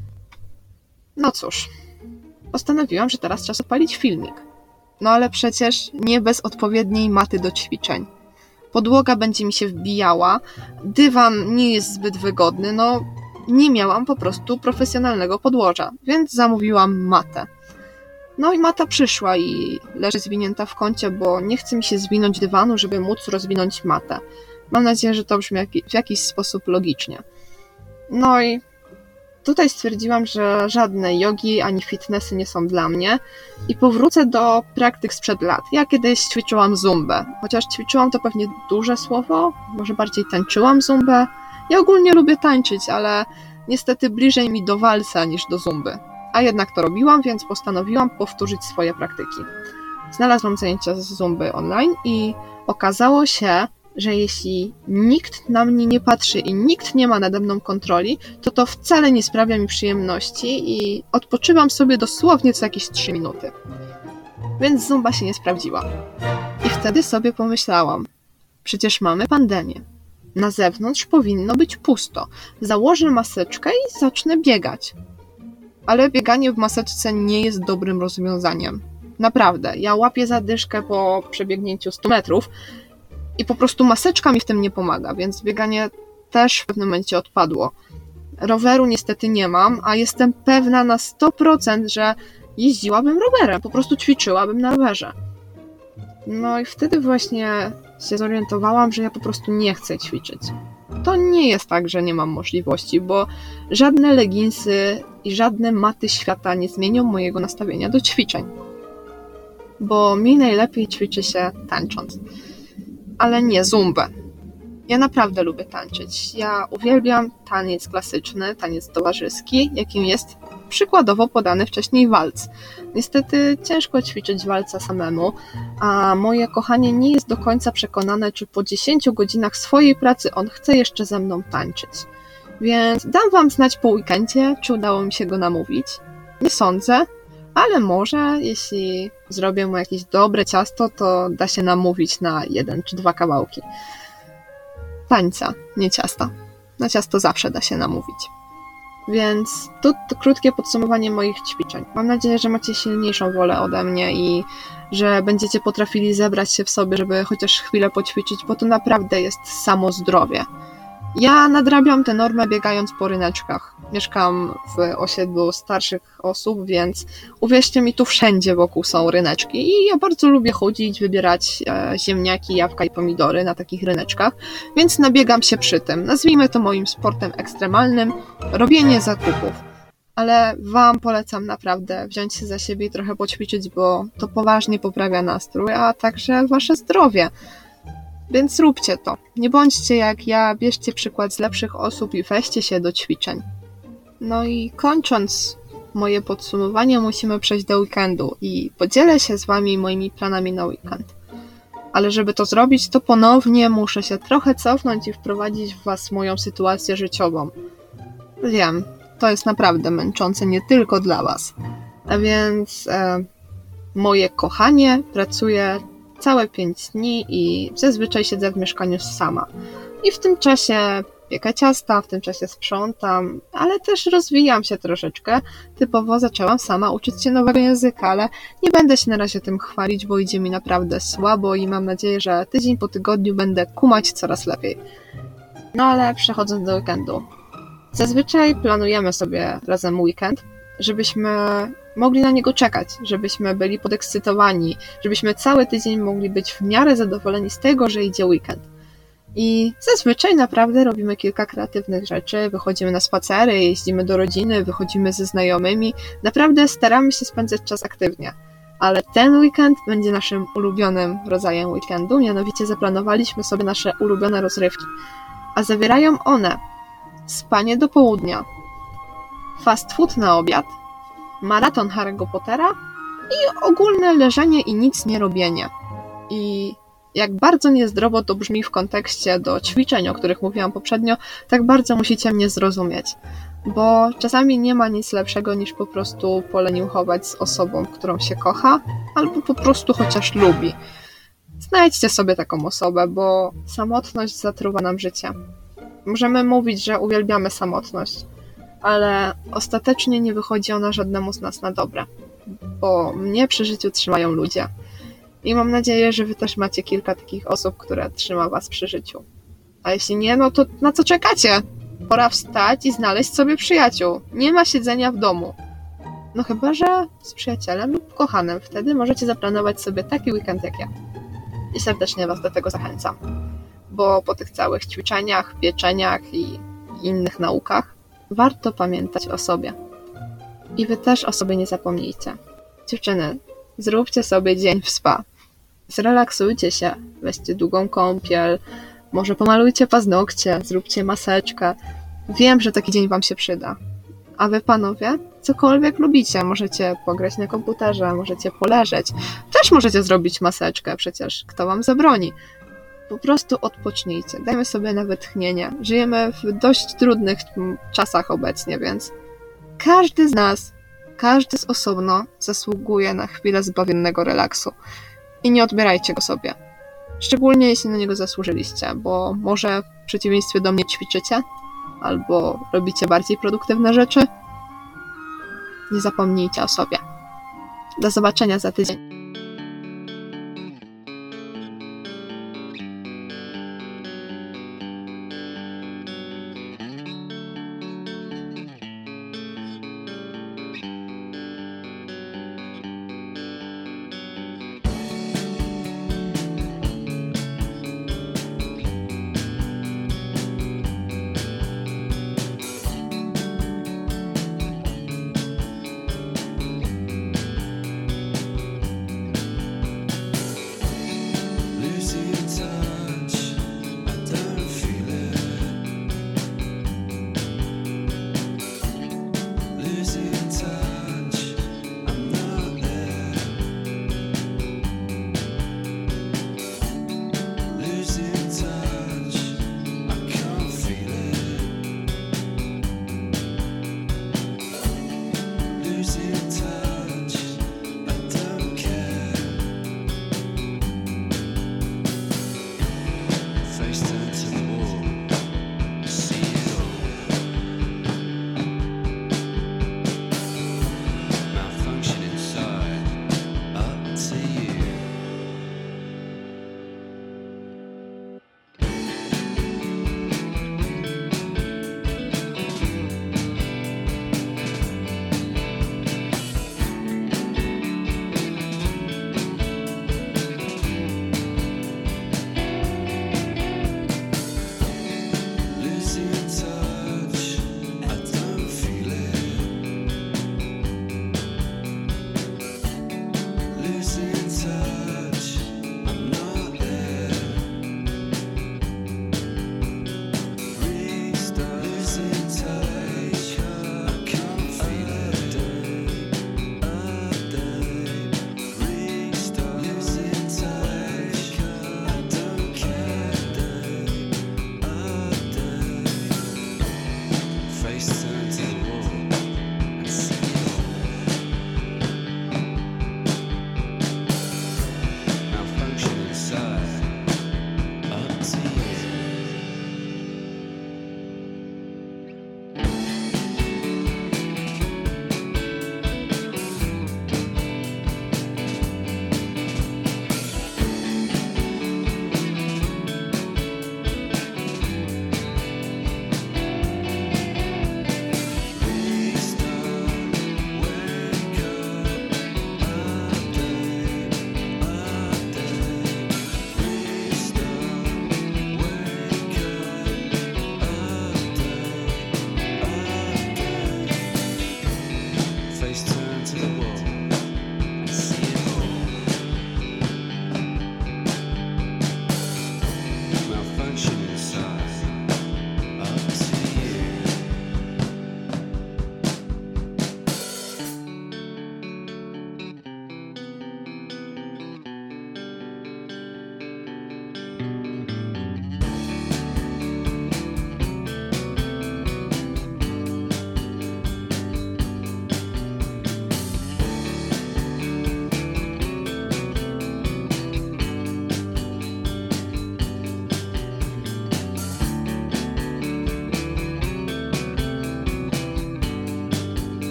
No cóż, postanowiłam, że teraz czas odpalić filmik. No ale przecież nie bez odpowiedniej maty do ćwiczeń. Podłoga będzie mi się wbijała, dywan nie jest zbyt wygodny, no nie miałam po prostu profesjonalnego podłoża, więc zamówiłam matę. No i mata przyszła i leży zwinięta w kącie, bo nie chce mi się zwinąć dywanu, żeby móc rozwinąć matę. Mam nadzieję, że to brzmi w jakiś sposób logicznie. No i tutaj stwierdziłam, że żadne jogi ani fitnessy nie są dla mnie i powrócę do praktyk sprzed lat. Ja kiedyś ćwiczyłam zumbę, chociaż ćwiczyłam to pewnie duże słowo, może bardziej tańczyłam zumbę. Ja ogólnie lubię tańczyć, ale niestety bliżej mi do walsa niż do zumby. A jednak to robiłam, więc postanowiłam powtórzyć swoje praktyki. Znalazłam zajęcia z zumby online i okazało się, że jeśli nikt na mnie nie patrzy i nikt nie ma nade mną kontroli, to to wcale nie sprawia mi przyjemności i odpoczywam sobie dosłownie co jakieś trzy minuty. Więc zumba się nie sprawdziła. I wtedy sobie pomyślałam, przecież mamy pandemię. Na zewnątrz powinno być pusto. Założę maseczkę i zacznę biegać. Ale bieganie w maseczce nie jest dobrym rozwiązaniem. Naprawdę, ja łapię zadyszkę po przebiegnięciu stu metrów i po prostu maseczka mi w tym nie pomaga, więc bieganie też w pewnym momencie odpadło. Roweru niestety nie mam, a jestem pewna na sto procent, że jeździłabym rowerem, po prostu ćwiczyłabym na rowerze. No i wtedy właśnie się zorientowałam, że ja po prostu nie chcę ćwiczyć. To nie jest tak, że nie mam możliwości, bo żadne leginsy i żadne maty świata nie zmienią mojego nastawienia do ćwiczeń. Bo mi najlepiej ćwiczy się tańcząc. Ale nie zumbę. Ja naprawdę lubię tańczyć. Ja uwielbiam taniec klasyczny, taniec towarzyski, jakim jest przykładowo podany wcześniej walc. Niestety ciężko ćwiczyć walca samemu, a moje kochanie nie jest do końca przekonane, czy po dziesięciu godzinach swojej pracy on chce jeszcze ze mną tańczyć. Więc dam wam znać po weekendzie, czy udało mi się go namówić. Nie sądzę, ale może jeśli zrobię mu jakieś dobre ciasto, to da się namówić na jeden czy dwa kawałki. Tańca, nie ciasta. Na ciasto zawsze da się namówić. Więc to, to krótkie podsumowanie moich ćwiczeń. Mam nadzieję, że macie silniejszą wolę ode mnie i że będziecie potrafili zebrać się w sobie, żeby chociaż chwilę poćwiczyć, bo to naprawdę jest samo zdrowie. Ja nadrabiam tę normę biegając po ryneczkach. Mieszkam w osiedlu starszych osób, więc uwierzcie mi, tu wszędzie wokół są ryneczki i ja bardzo lubię chodzić, wybierać e, ziemniaki, jabłka i pomidory na takich ryneczkach, więc nabiegam się przy tym. Nazwijmy to moim sportem ekstremalnym, robienie zakupów. Ale wam polecam naprawdę wziąć się za siebie i trochę poćwiczyć, bo to poważnie poprawia nastrój, a także wasze zdrowie. Więc róbcie to. Nie bądźcie jak ja, bierzcie przykład z lepszych osób i weźcie się do ćwiczeń. No i kończąc moje podsumowanie, musimy przejść do weekendu i podzielę się z wami moimi planami na weekend. Ale żeby to zrobić, to ponownie muszę się trochę cofnąć i wprowadzić w was moją sytuację życiową. Wiem, to jest naprawdę męczące nie tylko dla was. A więc e, moje kochanie pracuje całe pięć dni i zazwyczaj siedzę w mieszkaniu sama. I w tym czasie piekę ciasta, w tym czasie sprzątam, ale też rozwijam się troszeczkę. Typowo zaczęłam sama uczyć się nowego języka, ale nie będę się na razie tym chwalić, bo idzie mi naprawdę słabo i mam nadzieję, że tydzień po tygodniu będę kumać coraz lepiej. No ale przechodząc do weekendu. Zazwyczaj planujemy sobie razem weekend, żebyśmy mogli na niego czekać, żebyśmy byli podekscytowani, żebyśmy cały tydzień mogli być w miarę zadowoleni z tego, że idzie weekend. I zazwyczaj naprawdę robimy kilka kreatywnych rzeczy, wychodzimy na spacery, jeździmy do rodziny, wychodzimy ze znajomymi, naprawdę staramy się spędzać czas aktywnie. Ale ten weekend będzie naszym ulubionym rodzajem weekendu, mianowicie zaplanowaliśmy sobie nasze ulubione rozrywki. A zawierają one spanie do południa, fast food na obiad, maraton Harry'ego Pottera i ogólne leżenie i nic nie robienie. I jak bardzo niezdrowo to brzmi w kontekście do ćwiczeń, o których mówiłam poprzednio, tak bardzo musicie mnie zrozumieć. Bo czasami nie ma nic lepszego niż po prostu poleniuchować z osobą, którą się kocha, albo po prostu chociaż lubi. Znajdźcie sobie taką osobę, bo samotność zatruwa nam życie. Możemy mówić, że uwielbiamy samotność, ale ostatecznie nie wychodzi ona żadnemu z nas na dobre, bo mnie przy życiu trzymają ludzie. I mam nadzieję, że wy też macie kilka takich osób, które trzyma was przy życiu. A jeśli nie, no to na co czekacie? Pora wstać i znaleźć sobie przyjaciół. Nie ma siedzenia w domu. No chyba, że z przyjacielem lub kochanym. Wtedy możecie zaplanować sobie taki weekend jak ja. I serdecznie was do tego zachęcam. Bo po tych całych ćwiczeniach, pieczeniach i innych naukach warto pamiętać o sobie. I wy też o sobie nie zapomnijcie. Dziewczyny, zróbcie sobie dzień w spa. Zrelaksujcie się, weźcie długą kąpiel, może pomalujcie paznokcie, zróbcie maseczkę. Wiem, że taki dzień wam się przyda. A wy, panowie, cokolwiek lubicie, możecie pograć na komputerze, możecie poleżeć. Też możecie zrobić maseczkę, przecież kto wam zabroni. Po prostu odpocznijcie, dajmy sobie na wytchnienie. Żyjemy w dość trudnych czasach obecnie, więc każdy z nas, każdy z osobno zasługuje na chwilę zbawiennego relaksu. I nie odbierajcie go sobie. Szczególnie jeśli na niego zasłużyliście, bo może w przeciwieństwie do mnie ćwiczycie, albo robicie bardziej produktywne rzeczy. Nie zapomnijcie o sobie. Do zobaczenia za tydzień.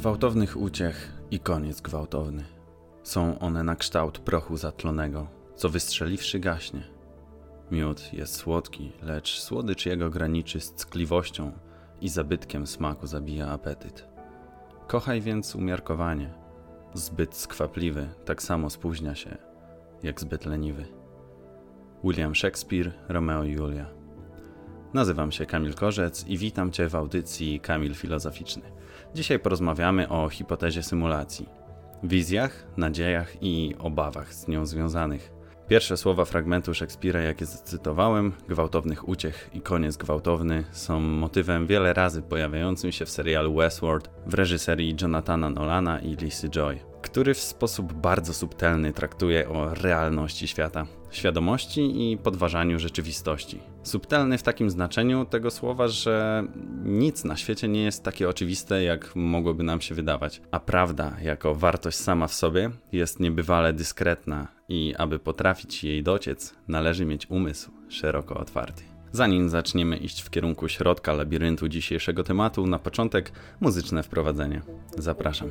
Gwałtownych uciech i koniec gwałtowny. Są one na kształt prochu zatlonego, co wystrzeliwszy gaśnie. Miód jest słodki, lecz słodycz jego graniczy z ckliwością i zabytkiem smaku zabija apetyt. Kochaj więc umiarkowanie. Zbyt skwapliwy tak samo spóźnia się, jak zbyt leniwy. William Shakespeare, Romeo i Julia. Nazywam się Kamil Korzec i witam Cię w audycji Kamil Filozoficzny. Dzisiaj porozmawiamy o hipotezie symulacji, wizjach, nadziejach i obawach z nią związanych. Pierwsze słowa fragmentu Szekspira, jakie zacytowałem, gwałtownych uciech i koniec gwałtowny, są motywem wiele razy pojawiającym się w serialu Westworld w reżyserii Jonathana Nolana i Lisy Joy, który w sposób bardzo subtelny traktuje o realności świata, świadomości i podważaniu rzeczywistości. Subtelny w takim znaczeniu tego słowa, że nic na świecie nie jest takie oczywiste, jak mogłoby nam się wydawać, a prawda jako wartość sama w sobie jest niebywale dyskretna i aby potrafić jej dociec, należy mieć umysł szeroko otwarty. Zanim zaczniemy iść w kierunku środka labiryntu dzisiejszego tematu, na początek muzyczne wprowadzenie. Zapraszam.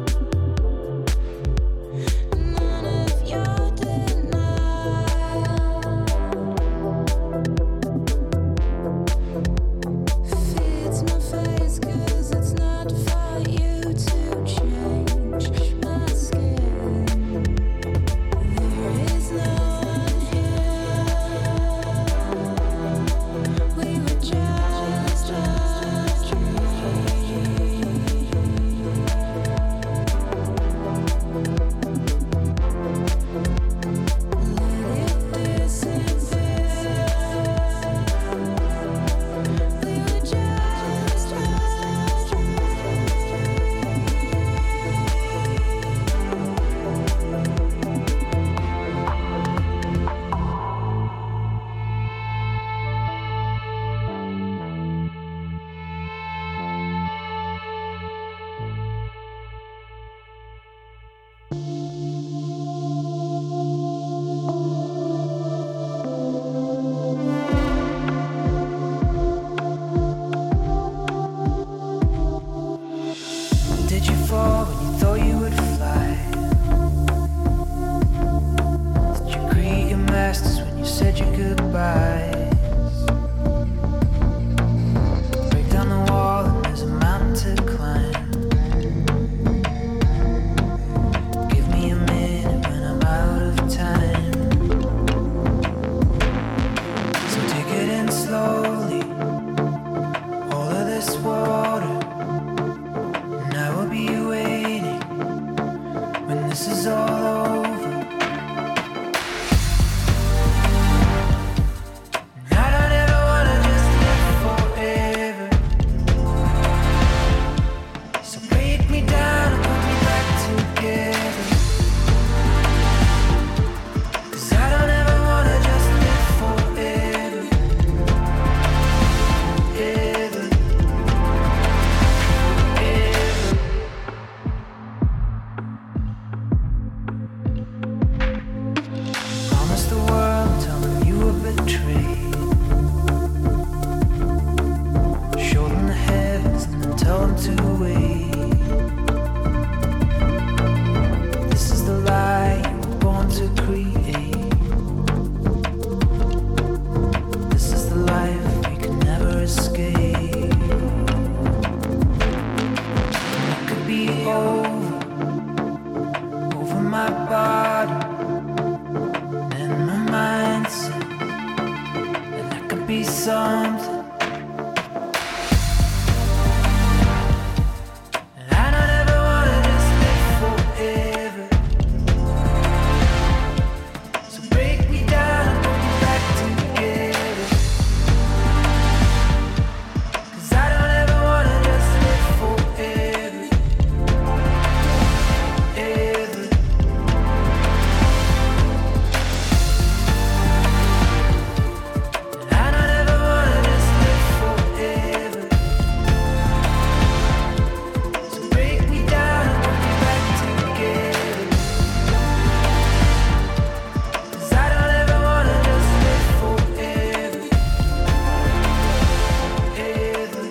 None of your denial. something. And I don't ever wanna just live forever. So break me down and put me back together. 'Cause I don't ever wanna just live forever. Ever. And I don't ever wanna just live forever. So break me down and put me back together. 'Cause I don't ever wanna just live forever. Ever.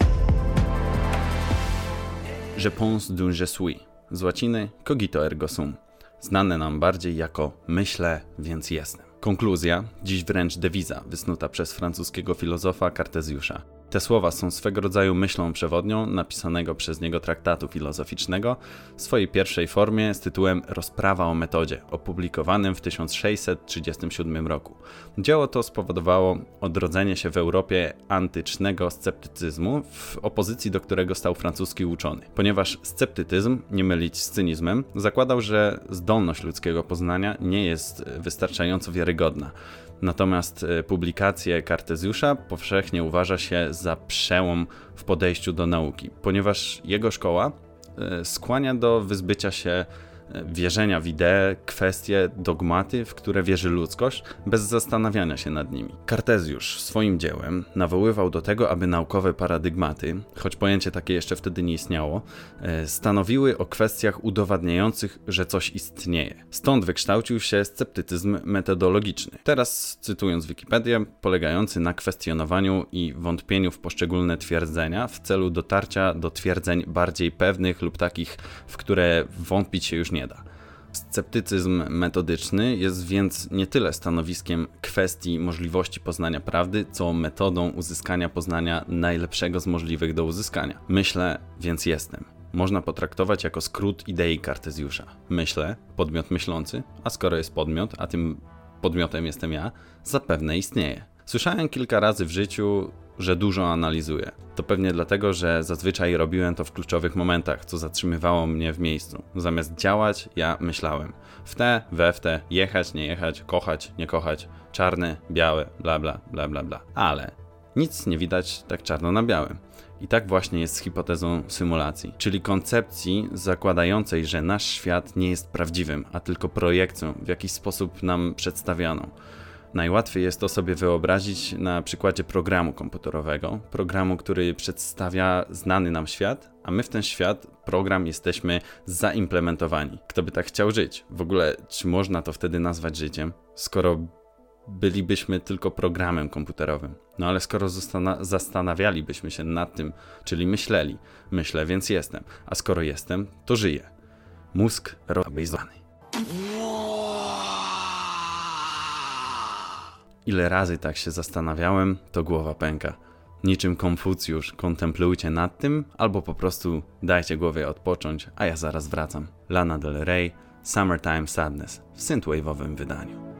Je pense d'un je suis, z łaciny cogito ergo sum, znane nam bardziej jako myślę, więc jestem. Konkluzja, dziś wręcz dewiza wysnuta przez francuskiego filozofa Kartezjusza. Te słowa są swego rodzaju myślą przewodnią napisanego przez niego traktatu filozoficznego w swojej pierwszej formie z tytułem Rozprawa o metodzie, opublikowanym w tysiąc sześćset trzydziestym siódmym roku. Dzieło to spowodowało odrodzenie się w Europie antycznego sceptycyzmu, w opozycji do którego stał francuski uczony. Ponieważ sceptycyzm, nie mylić z cynizmem, zakładał, że zdolność ludzkiego poznania nie jest wystarczająco wiarygodna. Natomiast publikację Kartezjusza powszechnie uważa się za przełom w podejściu do nauki, ponieważ jego szkoła skłania do wyzbycia się wierzenia w idee, kwestie, dogmaty, w które wierzy ludzkość, bez zastanawiania się nad nimi. Kartezjusz swoim dziełem nawoływał do tego, aby naukowe paradygmaty, choć pojęcie takie jeszcze wtedy nie istniało, stanowiły o kwestiach udowadniających, że coś istnieje. Stąd wykształcił się sceptycyzm metodologiczny. Teraz cytując Wikipedię, polegający na kwestionowaniu i wątpieniu w poszczególne twierdzenia w celu dotarcia do twierdzeń bardziej pewnych lub takich, w które wątpić się już nie da. Sceptycyzm metodyczny jest więc nie tyle stanowiskiem kwestii możliwości poznania prawdy, co metodą uzyskania poznania najlepszego z możliwych do uzyskania. Myślę, więc jestem. Można potraktować jako skrót idei Kartezjusza. Myślę, podmiot myślący, a skoro jest podmiot, a tym podmiotem jestem ja, zapewne istnieje. Słyszałem kilka razy w życiu, że dużo analizuję. To pewnie dlatego, że zazwyczaj robiłem to w kluczowych momentach, co zatrzymywało mnie w miejscu. Zamiast działać, ja myślałem. W te, we w te, jechać, nie jechać, kochać, nie kochać, czarne, białe, bla bla, bla bla bla. Ale nic nie widać tak czarno na białym. I tak właśnie jest z hipotezą symulacji, czyli koncepcji zakładającej, że nasz świat nie jest prawdziwym, a tylko projekcją w jakiś sposób nam przedstawioną. Najłatwiej jest to sobie wyobrazić na przykładzie programu komputerowego, programu, który przedstawia znany nam świat, a my w ten świat, program, jesteśmy zaimplementowani. Kto by tak chciał żyć? W ogóle, czy można to wtedy nazwać życiem, skoro bylibyśmy tylko programem komputerowym? No ale skoro zastana- zastanawialibyśmy się nad tym, czyli myśleli, myślę, więc jestem, a skoro jestem, to żyję. Mózg rozbejzowany. Ile razy tak się zastanawiałem, to głowa pęka. Niczym Konfucjusz, kontemplujcie nad tym, albo po prostu dajcie głowie odpocząć, a ja zaraz wracam. Lana Del Rey, Summertime Sadness w synthwave'owym wydaniu.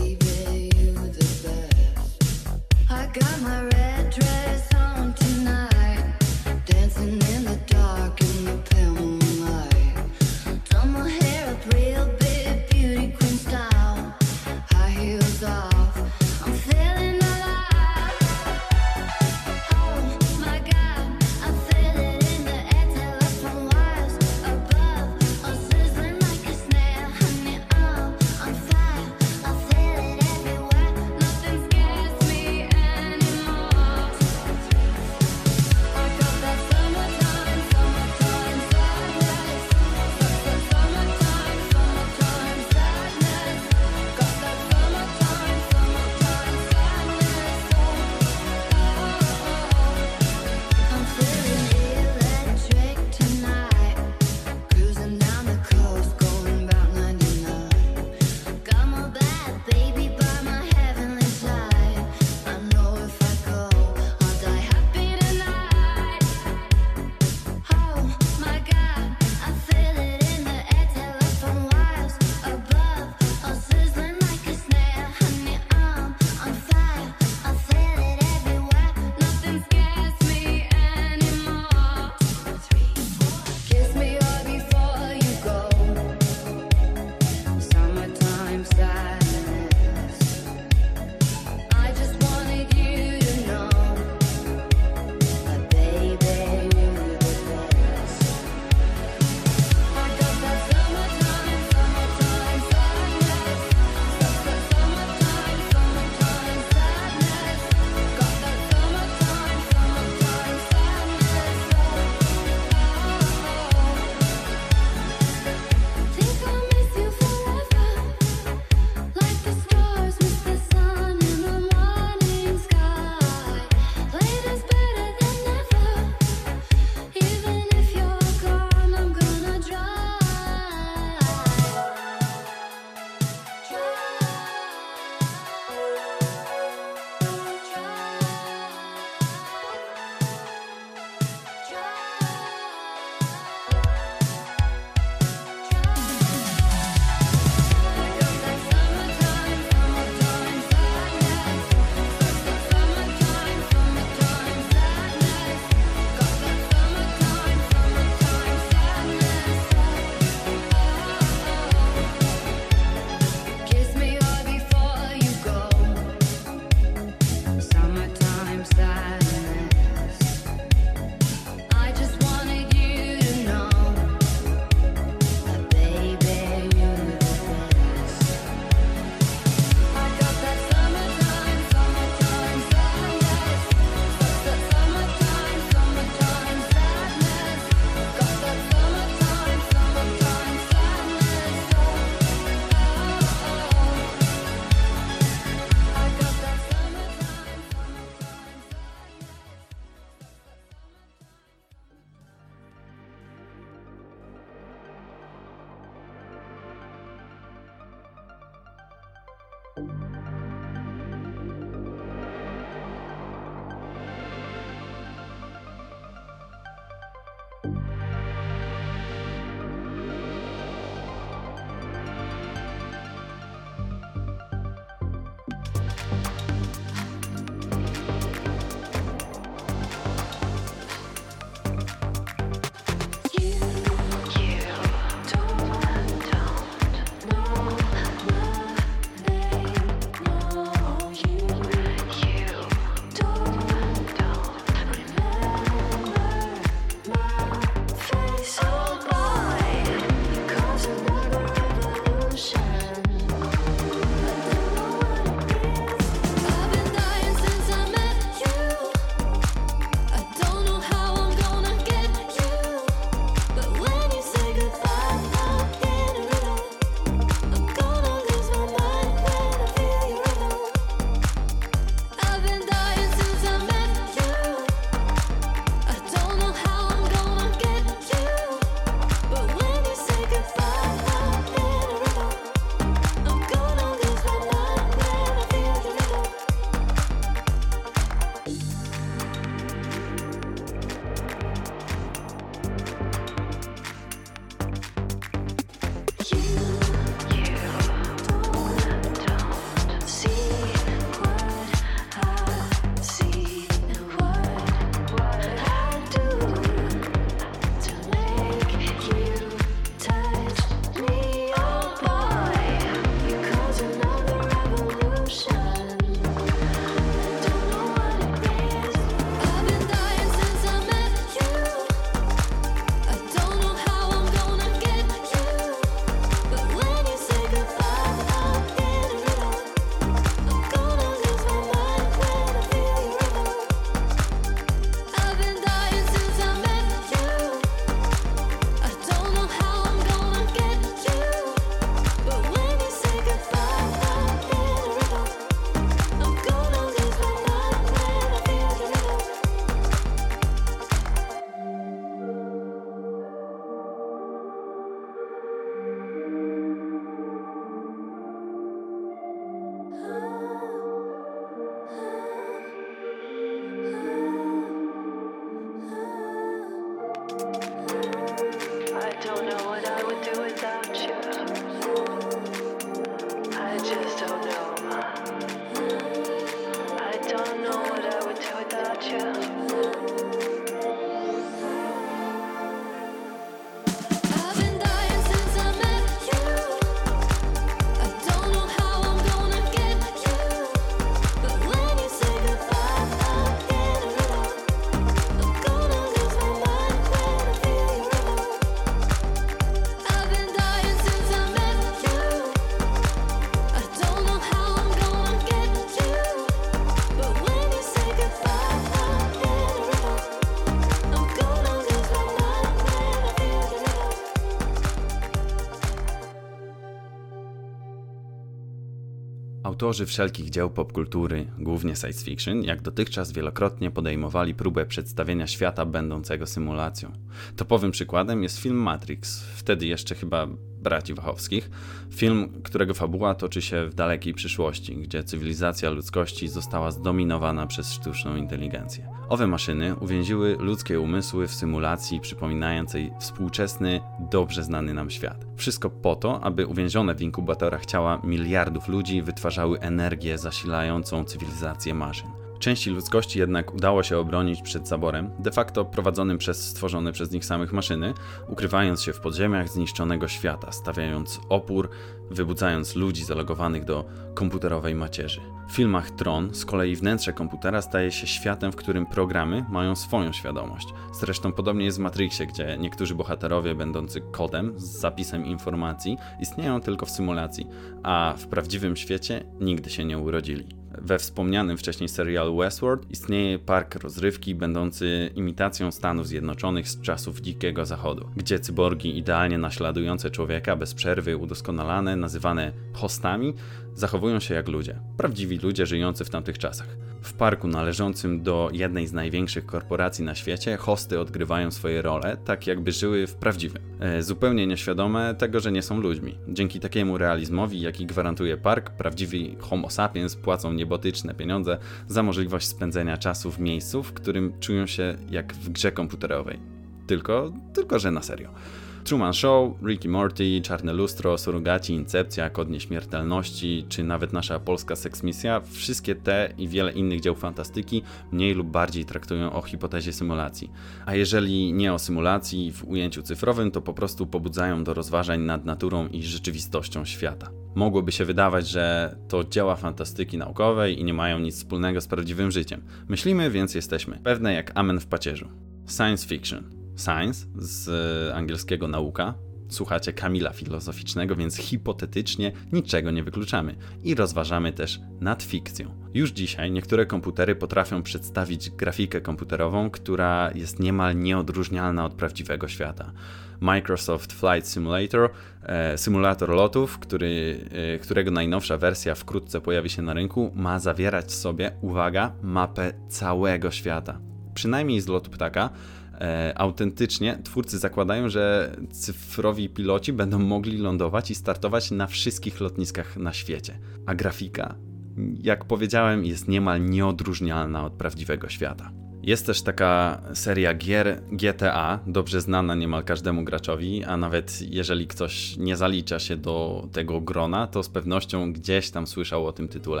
Autorzy wszelkich dzieł popkultury, głównie science fiction, jak dotychczas wielokrotnie podejmowali próbę przedstawienia świata będącego symulacją. Topowym przykładem jest film Matrix, wtedy jeszcze chyba braci Wachowskich. Film, którego fabuła toczy się w dalekiej przyszłości, gdzie cywilizacja ludzkości została zdominowana przez sztuczną inteligencję. Owe maszyny uwięziły ludzkie umysły w symulacji przypominającej współczesny, dobrze znany nam świat. Wszystko po to, aby uwięzione w inkubatorach ciała miliardów ludzi wytwarzały energię zasilającą cywilizację maszyn. Części ludzkości jednak udało się obronić przed zaborem, de facto prowadzonym przez stworzone przez nich samych maszyny, ukrywając się w podziemiach zniszczonego świata, stawiając opór, wybudzając ludzi zalogowanych do komputerowej macierzy. W filmach Tron z kolei wnętrze komputera staje się światem, w którym programy mają swoją świadomość. Zresztą podobnie jest w Matrixie, gdzie niektórzy bohaterowie będący kodem z zapisem informacji istnieją tylko w symulacji, a w prawdziwym świecie nigdy się nie urodzili. We wspomnianym wcześniej serialu Westworld istnieje park rozrywki będący imitacją Stanów Zjednoczonych z czasów Dzikiego Zachodu, gdzie cyborgi idealnie naśladujące człowieka bez przerwy udoskonalane, nazywane hostami, zachowują się jak ludzie. Prawdziwi ludzie żyjący w tamtych czasach. W parku należącym do jednej z największych korporacji na świecie hosty odgrywają swoje role, tak jakby żyły w prawdziwym. E, zupełnie nieświadome tego, że nie są ludźmi. Dzięki takiemu realizmowi, jaki gwarantuje park, prawdziwi homo sapiens płacą niebotyczne pieniądze za możliwość spędzenia czasu w miejscu, w którym czują się jak w grze komputerowej. Tylko, tylko że na serio. Truman Show, Rick i Morty, Czarne Lustro, Surogaci, Incepcja, Kod Nieśmiertelności, czy nawet nasza polska seksmisja, wszystkie te i wiele innych dzieł fantastyki mniej lub bardziej traktują o hipotezie symulacji. A jeżeli nie o symulacji w ujęciu cyfrowym, to po prostu pobudzają do rozważań nad naturą i rzeczywistością świata. Mogłoby się wydawać, że to dzieła fantastyki naukowej i nie mają nic wspólnego z prawdziwym życiem. Myślimy, więc jesteśmy. Pewne jak amen w pacierzu. Science fiction. Science, z angielskiego nauka. Słuchacie Kamila Filozoficznego, więc hipotetycznie niczego nie wykluczamy i rozważamy też nad fikcją. Już dzisiaj niektóre komputery potrafią przedstawić grafikę komputerową, która jest niemal nieodróżnialna od prawdziwego świata. Microsoft Flight Simulator, e, symulator lotów, który, e, którego najnowsza wersja wkrótce pojawi się na rynku, ma zawierać w sobie, uwaga, mapę całego świata. Przynajmniej z lotu ptaka. E, autentycznie twórcy zakładają, że cyfrowi piloci będą mogli lądować i startować na wszystkich lotniskach na świecie. A grafika, jak powiedziałem, jest niemal nieodróżnialna od prawdziwego świata. Jest też taka seria gier G T A, dobrze znana niemal każdemu graczowi, a nawet jeżeli ktoś nie zalicza się do tego grona, to z pewnością gdzieś tam słyszał o tym tytule.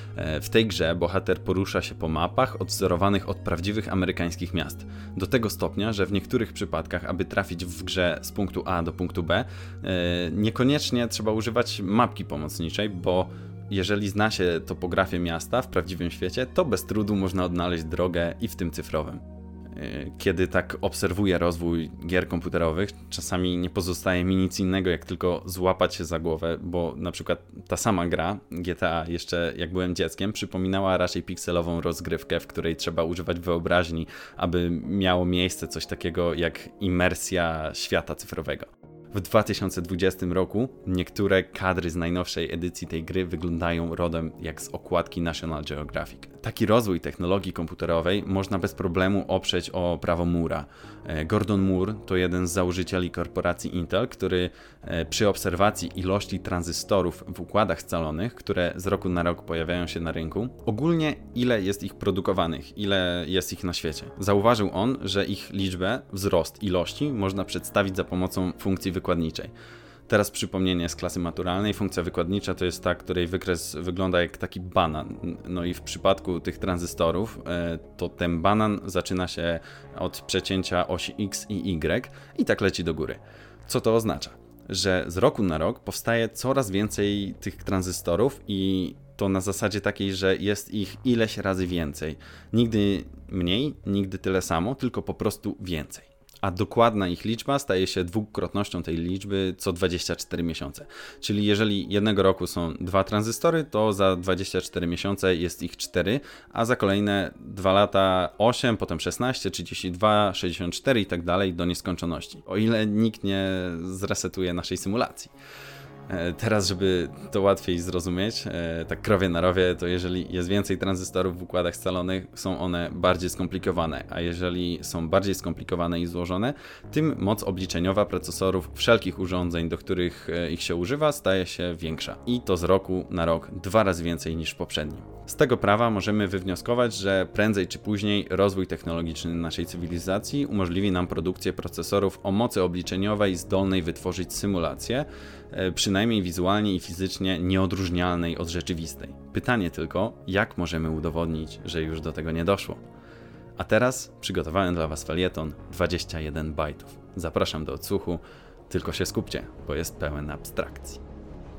W tej grze bohater porusza się po mapach odwzorowanych od prawdziwych amerykańskich miast. Do tego stopnia, że w niektórych przypadkach, aby trafić w grze z punktu A do punktu B, niekoniecznie trzeba używać mapki pomocniczej, bo jeżeli zna się topografię miasta w prawdziwym świecie, to bez trudu można odnaleźć drogę i w tym cyfrowym. Kiedy tak obserwuję rozwój gier komputerowych, czasami nie pozostaje mi nic innego, jak tylko złapać się za głowę, bo na przykład ta sama gra, G T A, jeszcze jak byłem dzieckiem, przypominała raczej pikselową rozgrywkę, w której trzeba używać wyobraźni, aby miało miejsce coś takiego jak imersja świata cyfrowego. W dwa tysiące dwudziestym roku niektóre kadry z najnowszej edycji tej gry wyglądają rodem jak z okładki National Geographic. Taki rozwój technologii komputerowej można bez problemu oprzeć o prawo Moore'a. Gordon Moore to jeden z założycieli korporacji Intel, który przy obserwacji ilości tranzystorów w układach scalonych, które z roku na rok pojawiają się na rynku, ogólnie ile jest ich produkowanych, ile jest ich na świecie. Zauważył on, że ich liczbę, wzrost ilości można przedstawić za pomocą funkcji wykładniczej. Teraz przypomnienie z klasy maturalnej. Funkcja wykładnicza to jest ta, której wykres wygląda jak taki banan. No i w przypadku tych tranzystorów to ten banan zaczyna się od przecięcia osi X i Y i tak leci do góry. Co to oznacza? Że z roku na rok powstaje coraz więcej tych tranzystorów i to na zasadzie takiej, że jest ich ileś razy więcej. Nigdy mniej, nigdy tyle samo, tylko po prostu więcej. A dokładna ich liczba staje się dwukrotnością tej liczby co dwadzieścia cztery miesiące. Czyli jeżeli jednego roku są dwa tranzystory, to za dwadzieścia cztery miesiące jest ich cztery, a za kolejne dwa lata osiem, potem szesnaście, trzydzieści dwa, sześćdziesiąt cztery i tak dalej do nieskończoności. O ile nikt nie zresetuje naszej symulacji. E, Teraz, żeby to łatwiej zrozumieć, e, tak krowie na rowie, to jeżeli jest więcej tranzystorów w układach scalonych, są one bardziej skomplikowane, a jeżeli są bardziej skomplikowane i złożone, tym moc obliczeniowa procesorów wszelkich urządzeń, do których e, ich się używa, staje się większa. I to z roku na rok dwa razy więcej niż w poprzednim. Z tego prawa możemy wywnioskować, że prędzej czy później rozwój technologiczny naszej cywilizacji umożliwi nam produkcję procesorów o mocy obliczeniowej zdolnej wytworzyć symulację, e, przynajmniej wizualnie i fizycznie nieodróżnialnej od rzeczywistej. Pytanie tylko, jak możemy udowodnić, że już do tego nie doszło? A teraz przygotowałem dla Was felieton dwadzieścia jeden bajtów. Zapraszam do odsłuchu, tylko się skupcie, bo jest pełen abstrakcji.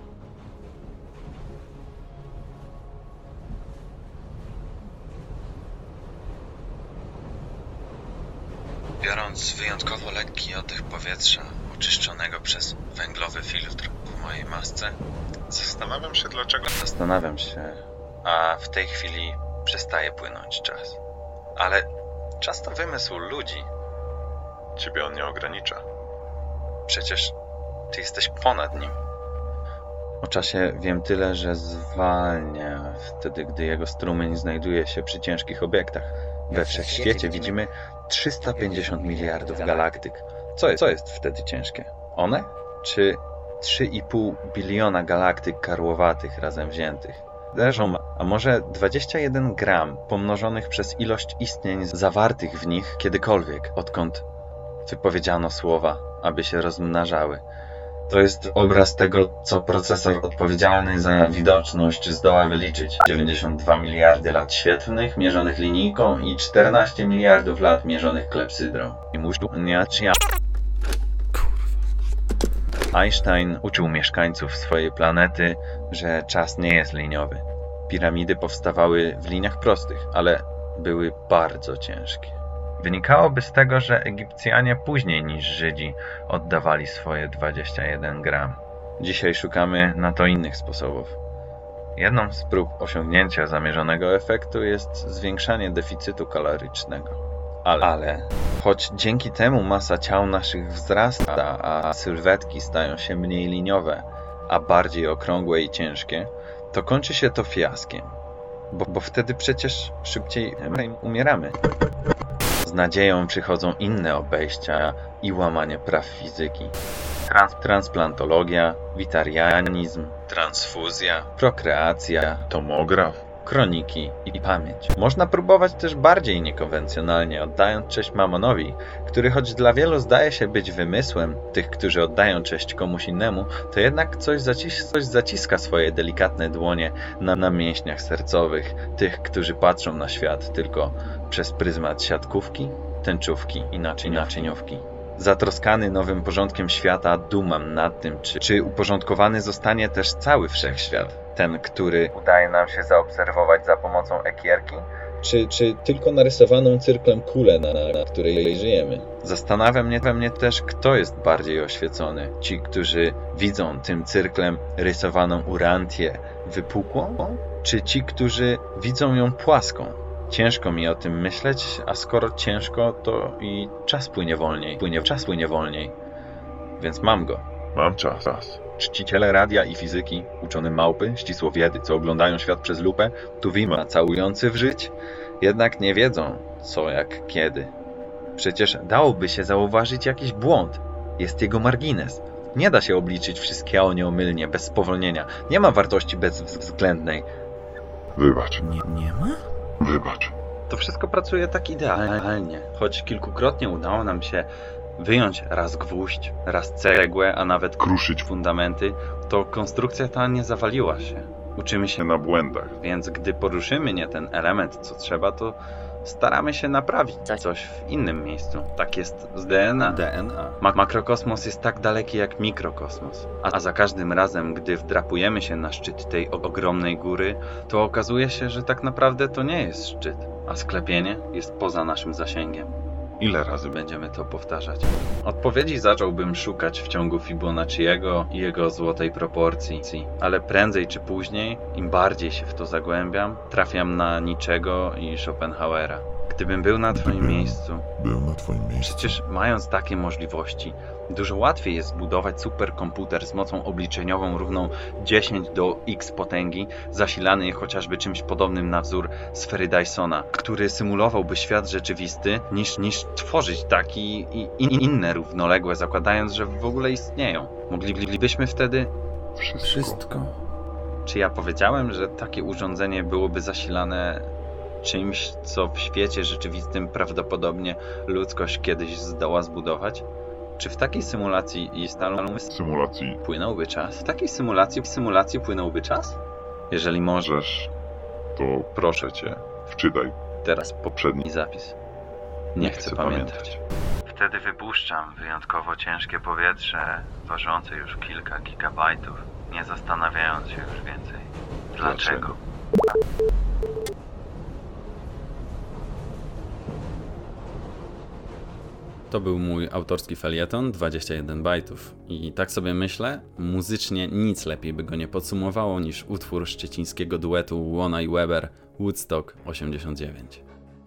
Biorąc wyjątkowo lekki oddech powietrza, oczyszczonego przez węglowy filtr w mojej masce, zastanawiam się dlaczego... Zastanawiam się, a w tej chwili przestaje płynąć czas. Ale czas to wymysł ludzi. Ciebie on nie ogranicza. Przecież ty jesteś ponad nim. O czasie wiem tyle, że zwalnia wtedy, gdy jego strumień znajduje się przy ciężkich obiektach. We wszechświecie widzimy trzysta pięćdziesiąt miliardów galaktyk. Co jest, co jest wtedy ciężkie? One? Czy trzy i pół biliona galaktyk karłowatych razem wziętych? Leżą, a może dwadzieścia jeden gram pomnożonych przez ilość istnień zawartych w nich kiedykolwiek, odkąd wypowiedziano słowa, aby się rozmnażały. To jest obraz tego, co procesor odpowiedzialny za widoczność zdoła wyliczyć. dziewięćdziesiąt dwa miliardy lat świetlnych mierzonych linijką i czternaście miliardów lat mierzonych klepsydrą. I musztu nie ja. Einstein uczył mieszkańców swojej planety, że czas nie jest liniowy. Piramidy powstawały w liniach prostych, ale były bardzo ciężkie. Wynikałoby z tego, że Egipcjanie później niż Żydzi oddawali swoje dwadzieścia jeden gram. Dzisiaj szukamy na to innych sposobów. Jedną z prób osiągnięcia zamierzonego efektu jest zwiększanie deficytu kalorycznego. Ale, ale choć dzięki temu masa ciał naszych wzrasta, a sylwetki stają się mniej liniowe, a bardziej okrągłe i ciężkie, to kończy się to fiaskiem. Bo, bo wtedy przecież szybciej umieramy. Z nadzieją przychodzą inne obejścia i łamanie praw fizyki. Trans transplantologia, witarianizm, transfuzja, prokreacja, tomograf, kroniki i pamięć. Można próbować też bardziej niekonwencjonalnie, oddając cześć Mamonowi, który choć dla wielu zdaje się być wymysłem tych, którzy oddają cześć komuś innemu, to jednak coś, zacis coś zaciska swoje delikatne dłonie na, na mięśniach sercowych tych, którzy patrzą na świat tylko przez pryzmat siatkówki, tęczówki i naczyniówki. Zatroskany nowym porządkiem świata dumam nad tym, czy, czy uporządkowany zostanie też cały wszechświat. Ten, który udaje nam się zaobserwować za pomocą ekierki, czy, czy tylko narysowaną cyrklem kulę, na, na której żyjemy. Zastanawia mnie, mnie też, kto jest bardziej oświecony. Ci, którzy widzą tym cyrklem rysowaną urantię wypukłą, czy ci, którzy widzą ją płaską. Ciężko mi o tym myśleć, a skoro ciężko, to i czas płynie wolniej. Płynie, czas płynie wolniej. Więc mam go. Mam czas. czas. Czciciele radia i fizyki, uczone małpy, ścisłowiedy, co oglądają świat przez lupę, tuwima, całujący w żyć, jednak nie wiedzą, co jak kiedy. Przecież dałoby się zauważyć jakiś błąd. Jest jego margines. Nie da się obliczyć wszystkiego nieomylnie, bez spowolnienia. Nie ma wartości bezwzględnej. Wybacz. Nie, nie ma? Wybacz. To wszystko pracuje tak idealnie, choć kilkukrotnie udało nam się wyjąć raz gwóźdź, raz cegłę, a nawet Kruszyć fundamenty, to konstrukcja ta nie zawaliła się. Uczymy się, na błędach. więc gdy poruszymy nie ten element, co trzeba, to staramy się naprawić coś w innym miejscu. Tak jest z D N A. D N A. Ma makrokosmos jest tak daleki jak mikrokosmos, a za każdym razem, gdy wdrapujemy się na szczyt tej ogromnej góry, to okazuje się, że tak naprawdę to nie jest szczyt, a sklepienie jest poza naszym zasięgiem. Ile razy Będziemy to powtarzać. Odpowiedzi zacząłbym szukać w ciągu Fibonacciego i jego złotej proporcji, ale prędzej czy później, im bardziej się w to zagłębiam, trafiam na Nietzschego i Schopenhauera. Gdybym był na twoim Gdybym miejscu, Był na twoim miejscu. przecież mając takie możliwości, dużo łatwiej jest zbudować superkomputer z mocą obliczeniową równą dziesięć do x potęgi, zasilany chociażby czymś podobnym na wzór sfery Dysona, który symulowałby świat rzeczywisty, niż, niż tworzyć taki i, i inne równoległe, zakładając, że w ogóle istnieją. Moglibyśmy wtedy... Wszystko. Wszystko. Czy ja powiedziałem, że takie urządzenie byłoby zasilane czymś, co w świecie rzeczywistym prawdopodobnie ludzkość kiedyś zdoła zbudować? Czy w takiej symulacji i stalą Symulacji płynąłby czas? W takiej symulacji, w symulacji płynąłby czas? Jeżeli możesz, możesz, to proszę cię, wczytaj. teraz poprzedni zapis. Nie chcę pamiętać. Wtedy wypuszczam wyjątkowo ciężkie powietrze, ważące już kilka gigabajtów, nie zastanawiając się już więcej. Dlaczego? To był mój autorski felieton dwadzieścia jeden bajtów i tak sobie myślę, muzycznie nic lepiej by go nie podsumowało niż utwór szczecińskiego duetu Łona i Weber Woodstock osiemdziesiąt dziewięć.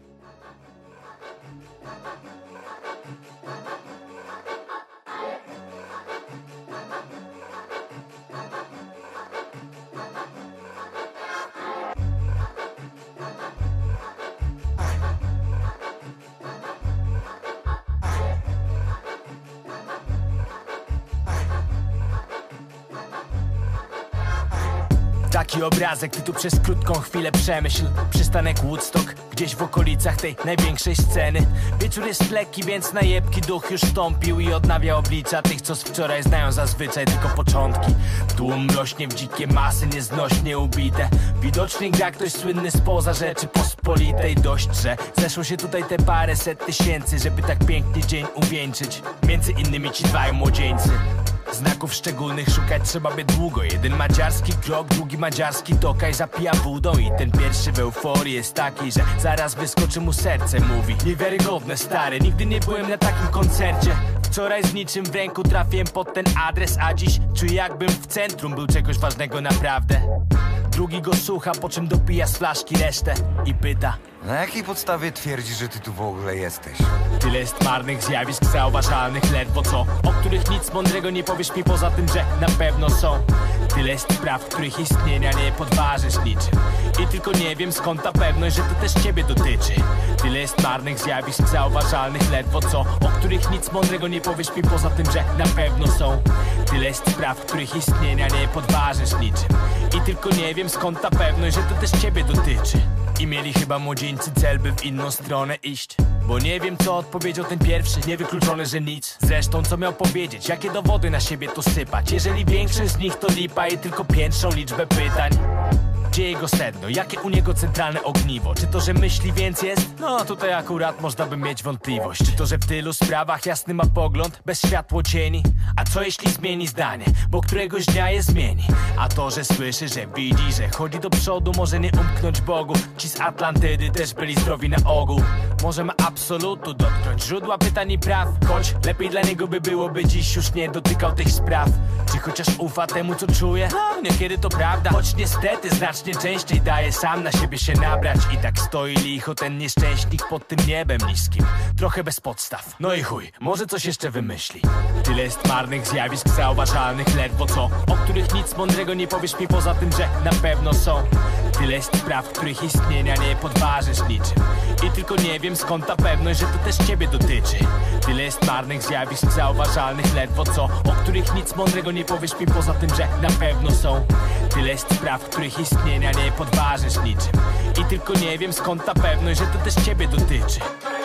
Taki obrazek, ty tu przez krótką chwilę przemyśl. Przystanek Woodstock, gdzieś w okolicach tej największej sceny. Wieczór jest lekki, więc najebki duch już wstąpił i odnawia oblicza tych, co z wczoraj znają zazwyczaj tylko początki. Tłum rośnie w dzikie masy, nieznośnie ubite. Widocznie gra ktoś słynny spoza rzeczy pospolitej. Dość, że zeszło się tutaj te parę set tysięcy, żeby tak pięknie dzień uwieńczyć. Między innymi ci dwaj młodzieńcy. Znaków szczególnych szukać trzeba by długo. Jeden madziarski krok, drugi madziarski tokaj zapija wódą. I ten pierwszy w euforii jest taki, że zaraz wyskoczy mu serce. Mówi, niewiarygodne stary, nigdy nie byłem na takim koncercie. Wczoraj z niczym w ręku trafiłem pod ten adres, a dziś czuję jakbym w centrum był czegoś ważnego naprawdę. Drugi go słucha, po czym dopija z flaszki resztę i pyta: Na jakiej podstawie twierdzisz, że ty tu w ogóle jesteś? tyle jest marnych zjawisk zauważalnych ledwo co, o których nic mądrego nie powiesz mi poza tym, że na pewno są. Tyle jest spraw, których istnienia nie podważysz niczym. I tylko nie wiem skąd ta pewność, że to też ciebie dotyczy. Tyle jest marnych zjawisk zauważalnych ledwo co, o których nic mądrego nie powiesz mi poza tym, że na pewno są. Tyle jest spraw, których istnienia nie podważysz niczym. I tylko nie wiem skąd ta pewność, że to też ciebie dotyczy. I mieli chyba młodzieńcy cel, by w inną stronę iść. Bo nie wiem co odpowiedział ten pierwszy, niewykluczone, że nic. Zresztą co miał powiedzieć, jakie dowody na siebie to sypać, jeżeli większość z nich to lipa i tylko piętrzą liczbę pytań. Gdzie jego sedno? Jakie u niego centralne ogniwo? Czy to, że myśli więc jest? No tutaj akurat można by mieć wątpliwość. Czy to, że w tylu sprawach jasny ma pogląd, bez światło cieni? A co jeśli zmieni zdanie? Bo któregoś dnia je zmieni. A to, że słyszy, że widzi, że chodzi do przodu, może nie umknąć Bogu. Ci z Atlantydy też byli zdrowi na ogół. Może ma absolutu dotknąć źródła pytań i praw. Choć lepiej dla niego by było, by dziś już nie dotykał tych spraw. Czy chociaż ufa temu, co czuje? No, niekiedy to prawda. Choć niestety znacznie częściej daje sam na siebie się nabrać. I tak stoi licho ten nieszczęśnik pod tym niebem niskim, trochę bez podstaw. No i chuj, może coś jeszcze wymyśli. Tyle jest marnych zjawisk zauważalnych ledwo co, o których nic mądrego nie powiesz mi poza tym, że na pewno są. Tyle jest spraw, których istnienia nie podważysz niczym. I tylko nie wiem skąd ta pewność, że to też ciebie dotyczy. Tyle jest marnych zjawisk zauważalnych ledwo co, o których nic mądrego nie powiesz mi poza tym, że na pewno są. Tyle jest spraw, których istnienia nie podważysz niczym. I tylko nie wiem skąd ta pewność, że to też ciebie dotyczy.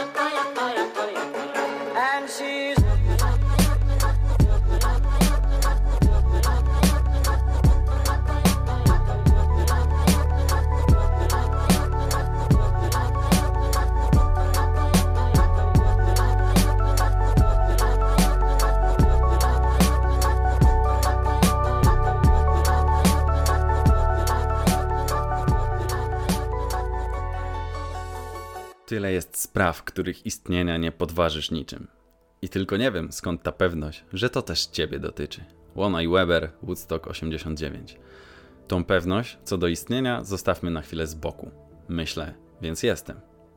And she's Tyle jest spraw, których istnienia nie podważysz niczym. I tylko nie wiem skąd ta pewność, że to też ciebie dotyczy. Łona i Weber, Woodstock osiemdziesiąt dziewięć. Tą pewność co do istnienia zostawmy na chwilę z boku. Myślę, więc jestem.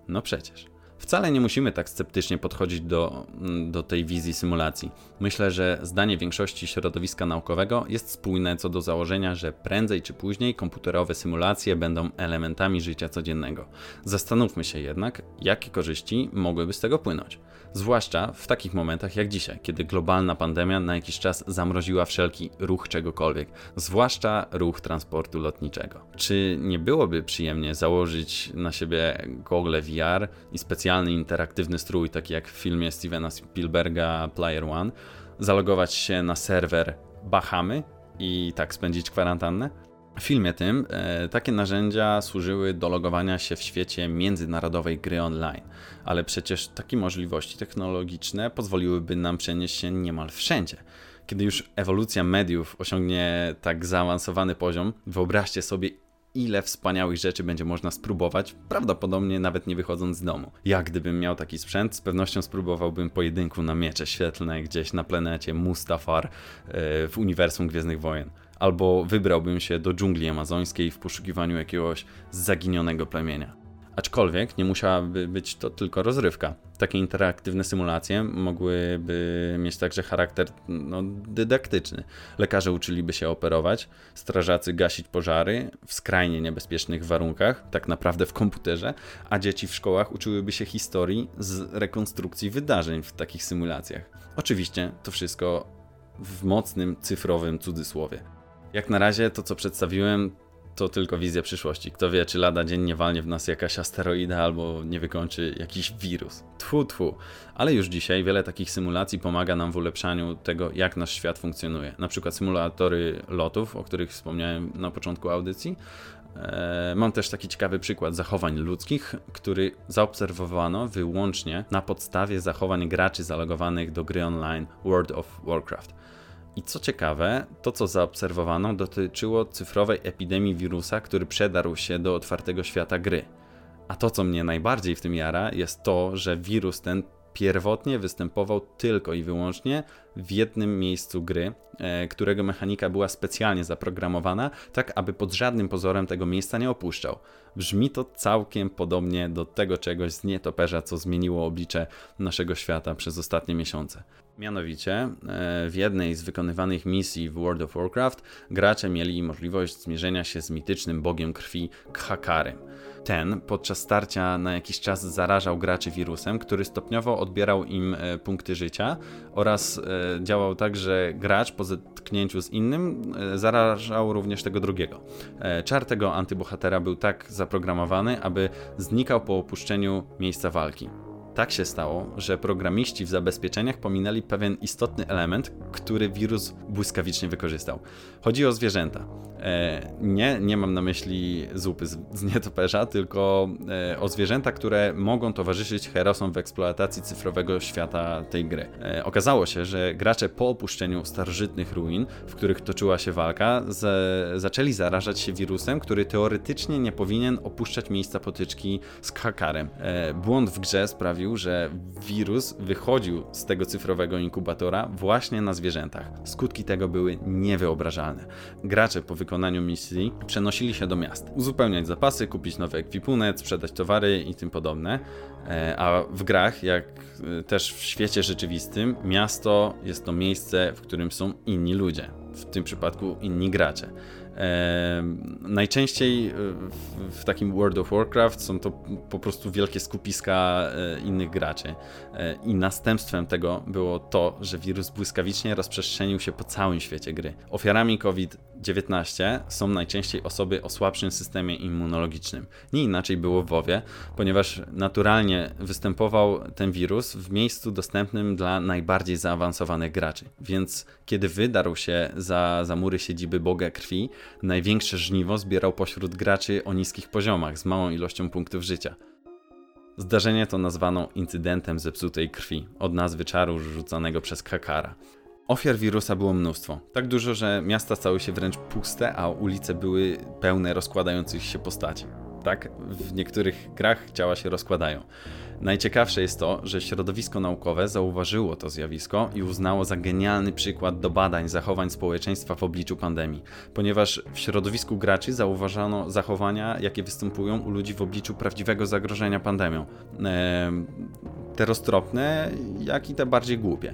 No przecież. Wcale nie musimy tak sceptycznie podchodzić do, do tej wizji symulacji. Myślę, że zdanie większości środowiska naukowego jest spójne co do założenia, że prędzej czy później komputerowe symulacje będą elementami życia codziennego. Zastanówmy się jednak, jakie korzyści mogłyby z tego płynąć. Zwłaszcza w takich momentach jak dzisiaj, kiedy globalna pandemia na jakiś czas zamroziła wszelki ruch czegokolwiek, zwłaszcza ruch transportu lotniczego. Czy nie byłoby przyjemnie założyć na siebie gogle V R i specjalny interaktywny strój, taki jak w filmie Stevena Spielberga Player One, zalogować się na serwer Bahamy i tak spędzić kwarantannę? W filmie tym e, takie narzędzia służyły do logowania się w świecie międzynarodowej gry online, ale przecież takie możliwości technologiczne pozwoliłyby nam przenieść się niemal wszędzie. Kiedy już ewolucja mediów osiągnie tak zaawansowany poziom, wyobraźcie sobie, ile wspaniałych rzeczy będzie można spróbować, prawdopodobnie nawet nie wychodząc z domu. Ja gdybym miał taki sprzęt, z pewnością spróbowałbym pojedynku na miecze świetlne gdzieś na planecie Mustafar e, w uniwersum Gwiezdnych Wojen. Albo wybrałbym się do dżungli amazońskiej w poszukiwaniu jakiegoś zaginionego plemienia. Aczkolwiek nie musiałaby być to tylko rozrywka. Takie interaktywne symulacje mogłyby mieć także charakter no, dydaktyczny. Lekarze uczyliby się operować, strażacy gasić pożary w skrajnie niebezpiecznych warunkach, tak naprawdę w komputerze, a dzieci w szkołach uczyłyby się historii z rekonstrukcji wydarzeń w takich symulacjach. Oczywiście to wszystko w mocnym cyfrowym cudzysłowie. Jak na razie to, co przedstawiłem, to tylko wizja przyszłości. Kto wie, czy lada dzień nie walnie w nas jakaś asteroida albo nie wykończy jakiś wirus. Tfu, tfu. Ale już dzisiaj wiele takich symulacji pomaga nam w ulepszaniu tego, jak nasz świat funkcjonuje. Na przykład symulatory lotów, o których wspomniałem na początku audycji. Eee, mam też taki ciekawy przykład zachowań ludzkich, który zaobserwowano wyłącznie na podstawie zachowań graczy zalogowanych do gry online World of Warcraft. I co ciekawe, to co zaobserwowano dotyczyło cyfrowej epidemii wirusa, który przedarł się do otwartego świata gry. A to, co mnie najbardziej w tym jara, jest to, że wirus ten pierwotnie występował tylko i wyłącznie w jednym miejscu gry, e, którego mechanika była specjalnie zaprogramowana, tak aby pod żadnym pozorem tego miejsca nie opuszczał. Brzmi to całkiem podobnie do tego czegoś z nietoperza, co zmieniło oblicze naszego świata przez ostatnie miesiące. Mianowicie e, w jednej z wykonywanych misji w World of Warcraft gracze mieli możliwość zmierzenia się z mitycznym bogiem krwi Khakarem. Ten podczas starcia na jakiś czas zarażał graczy wirusem, który stopniowo odbierał im e, punkty życia oraz e, działał tak, że gracz po zetknięciu z innym e, zarażał również tego drugiego. E, czar tego antybohatera był tak zaprogramowany, aby znikał po opuszczeniu miejsca walki. Tak się stało, że programiści w zabezpieczeniach pominęli pewien istotny element, który wirus błyskawicznie wykorzystał. Chodzi o zwierzęta. E, nie, nie mam na myśli zupy z, z nietoperza, tylko e, o zwierzęta, które mogą towarzyszyć herosom w eksploatacji cyfrowego świata tej gry. E, okazało się, że gracze po opuszczeniu starożytnych ruin, w których toczyła się walka, z, zaczęli zarażać się wirusem, który teoretycznie nie powinien opuszczać miejsca potyczki z Khakarem. E, błąd w grze sprawił, że wirus wychodził z tego cyfrowego inkubatora właśnie na zwierzętach. Skutki tego były niewyobrażalne. Gracze po wykonaniu misji przenosili się do miast, uzupełniać zapasy, kupić nowy ekwipunek, sprzedać towary i tym podobne. A w grach, jak też w świecie rzeczywistym, miasto jest to miejsce, w którym są inni ludzie. W tym przypadku inni gracze. E, najczęściej w, w takim World of Warcraft są to po prostu wielkie skupiska e, innych graczy. E, I następstwem tego było to, że wirus błyskawicznie rozprzestrzenił się po całym świecie gry. Ofiarami COVID dziewiętnaście są najczęściej osoby o słabszym systemie immunologicznym. Nie inaczej było w WoWie, ponieważ naturalnie występował ten wirus w miejscu dostępnym dla najbardziej zaawansowanych graczy. Więc kiedy wydarł się za, za mury siedziby Boga Krwi, największe żniwo zbierał pośród graczy o niskich poziomach, z małą ilością punktów życia. Zdarzenie to nazwano incydentem zepsutej krwi, od nazwy czaru rzucanego przez Khakara. Ofiar wirusa było mnóstwo. Tak dużo, że miasta stały się wręcz puste, a ulice były pełne rozkładających się postaci. Tak, w niektórych grach ciała się rozkładają. Najciekawsze jest to, że środowisko naukowe zauważyło to zjawisko i uznało za genialny przykład do badań zachowań społeczeństwa w obliczu pandemii, ponieważ w środowisku graczy zauważano zachowania, jakie występują u ludzi w obliczu prawdziwego zagrożenia pandemią. Eee, te roztropne, jak i te bardziej głupie.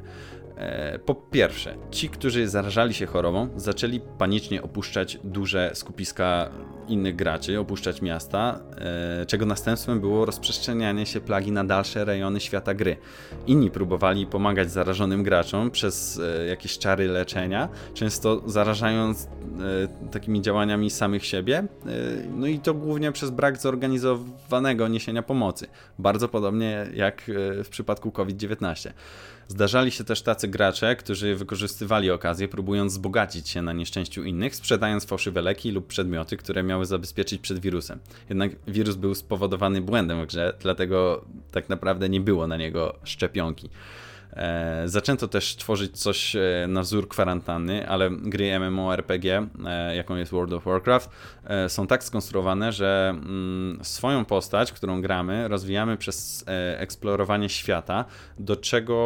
Po pierwsze, ci, którzy zarażali się chorobą, zaczęli panicznie opuszczać duże skupiska innych graczy, opuszczać miasta, czego następstwem było rozprzestrzenianie się plagi na dalsze rejony świata gry. Inni próbowali pomagać zarażonym graczom przez jakieś czary leczenia, często zarażając takimi działaniami samych siebie, no i to głównie przez brak zorganizowanego niesienia pomocy, bardzo podobnie jak w przypadku COVID dziewiętnaście. Zdarzali się też tacy gracze, którzy wykorzystywali okazję, próbując wzbogacić się na nieszczęściu innych, sprzedając fałszywe leki lub przedmioty, które miały zabezpieczyć przed wirusem. Jednak wirus był spowodowany błędem w grze, dlatego tak naprawdę nie było na niego szczepionki. E, zaczęto też tworzyć coś na wzór kwarantanny, ale gry MMORPG, e, jaką jest World of Warcraft, e, są tak skonstruowane, że mm, swoją postać, którą gramy, rozwijamy przez e, eksplorowanie świata, do czego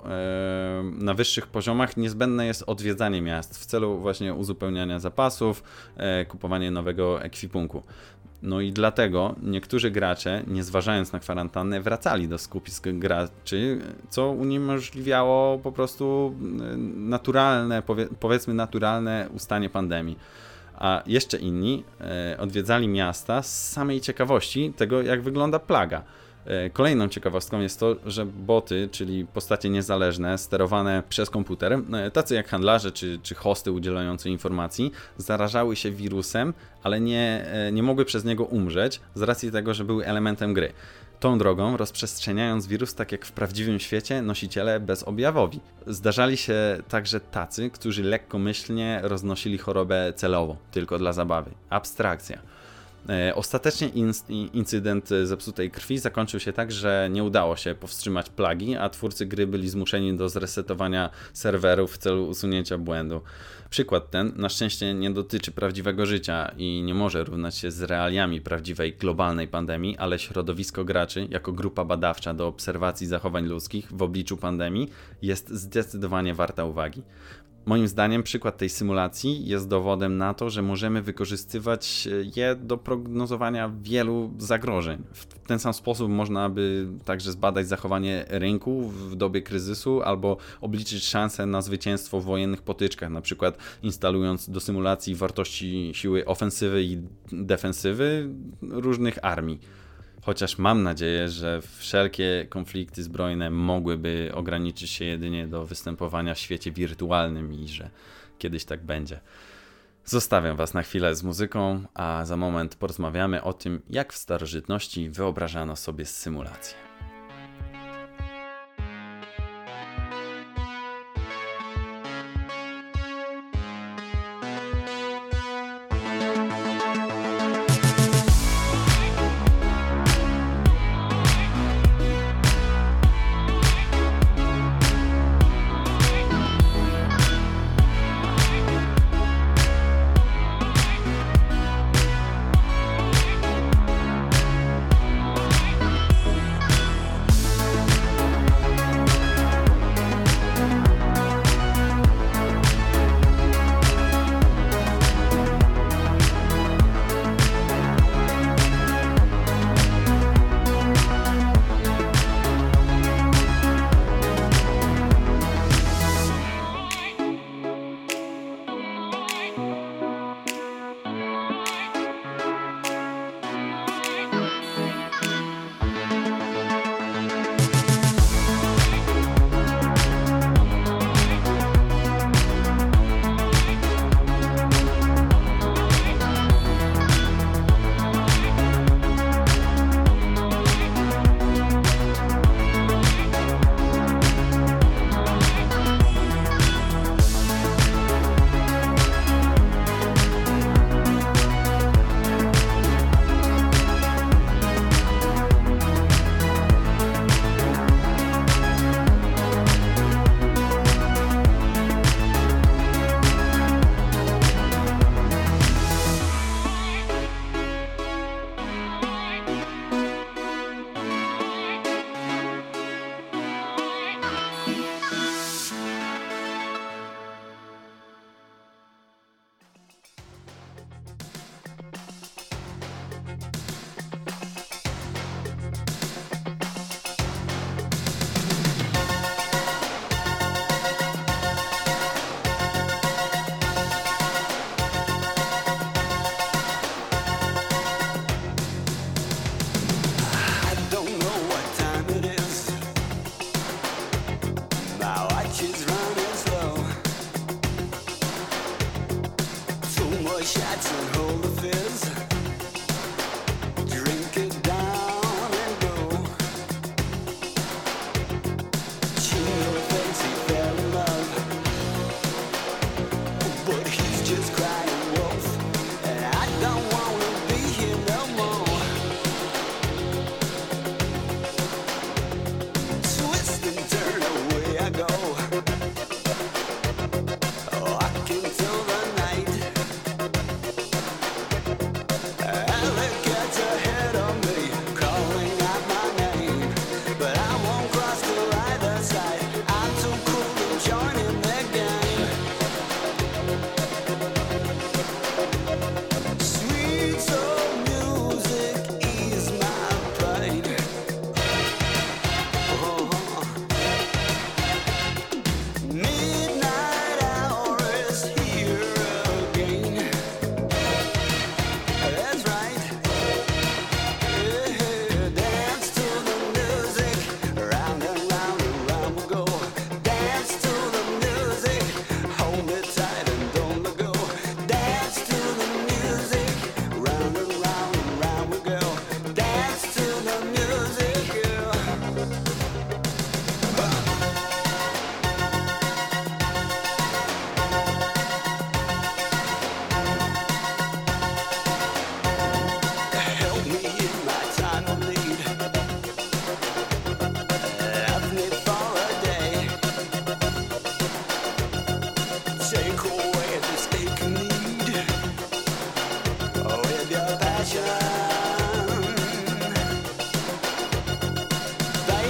e, na wyższych poziomach niezbędne jest odwiedzanie miast w celu właśnie uzupełniania zapasów, e, kupowanie nowego ekwipunku. No i dlatego niektórzy gracze, nie zważając na kwarantannę, wracali do skupisk graczy, co uniemożliwiało po prostu naturalne, powiedzmy naturalne ustanie pandemii. A jeszcze inni odwiedzali miasta z samej ciekawości tego, jak wygląda plaga. Kolejną ciekawostką jest to, że boty, czyli postacie niezależne, sterowane przez komputer, tacy jak handlarze czy, czy hosty udzielające informacji, zarażały się wirusem, ale nie, nie mogły przez niego umrzeć z racji tego, że były elementem gry. Tą drogą, rozprzestrzeniając wirus tak jak w prawdziwym świecie, nosiciele bezobjawowi. Zdarzali się także tacy, którzy lekkomyślnie roznosili chorobę celowo, tylko dla zabawy. Abstrakcja. Ostatecznie incydent zepsutej krwi zakończył się tak, że nie udało się powstrzymać plagi, a twórcy gry byli zmuszeni do zresetowania serwerów w celu usunięcia błędu. Przykład ten na szczęście nie dotyczy prawdziwego życia i nie może równać się z realiami prawdziwej globalnej pandemii, ale środowisko graczy jako grupa badawcza do obserwacji zachowań ludzkich w obliczu pandemii jest zdecydowanie warta uwagi. Moim zdaniem przykład tej symulacji jest dowodem na to, że możemy wykorzystywać je do prognozowania wielu zagrożeń. W ten sam sposób można by także zbadać zachowanie rynku w dobie kryzysu albo obliczyć szanse na zwycięstwo w wojennych potyczkach, na przykład instalując do symulacji wartości siły ofensywy i defensywy różnych armii. Chociaż mam nadzieję, że wszelkie konflikty zbrojne mogłyby ograniczyć się jedynie do występowania w świecie wirtualnym i że kiedyś tak będzie. Zostawiam Was na chwilę z muzyką, a za moment porozmawiamy o tym, jak w starożytności wyobrażano sobie symulację.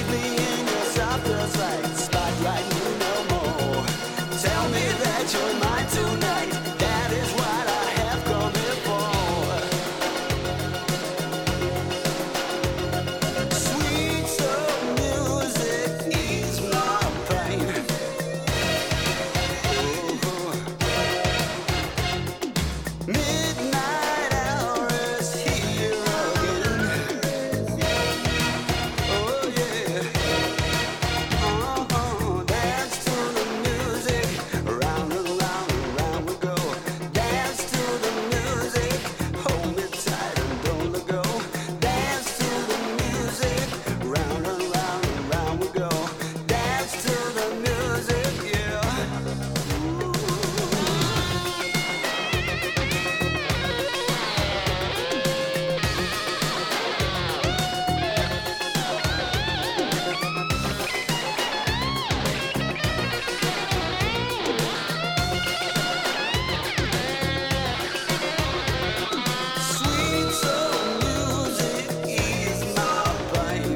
me in your softer side, spotlight you no more. Tell me that you're mine tonight, that is what I have come here for. Sweet soul music ease my pain. Oh. Midnight hour is here again. Oh yeah. Oh, dance to the music, round and round and round we go. Dance to the music, hold me tight and don't let go. Dance to the music, round and round and round we go. Dance to the music, yeah. Sweet soul music is my pain.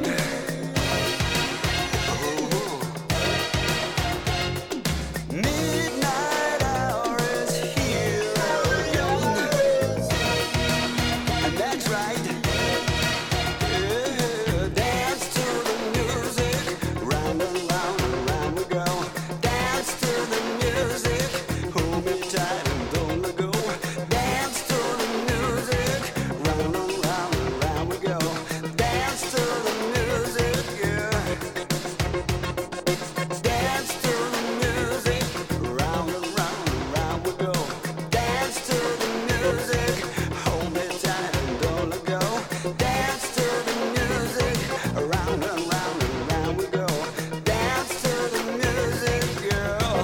Oh. Midnight hour is here again, and that's right. Yeah. Dance to the music, round and round and round we go. Dance to the music, hold me tight and don't let go. Dance to the music, round and round and round we go. Dance to the music, yeah. Dance to the music, round and round and round we go. Dance to the music, hold me tight and don't let go. Dance to the music, round and round and round we go. Dance to the music, girl.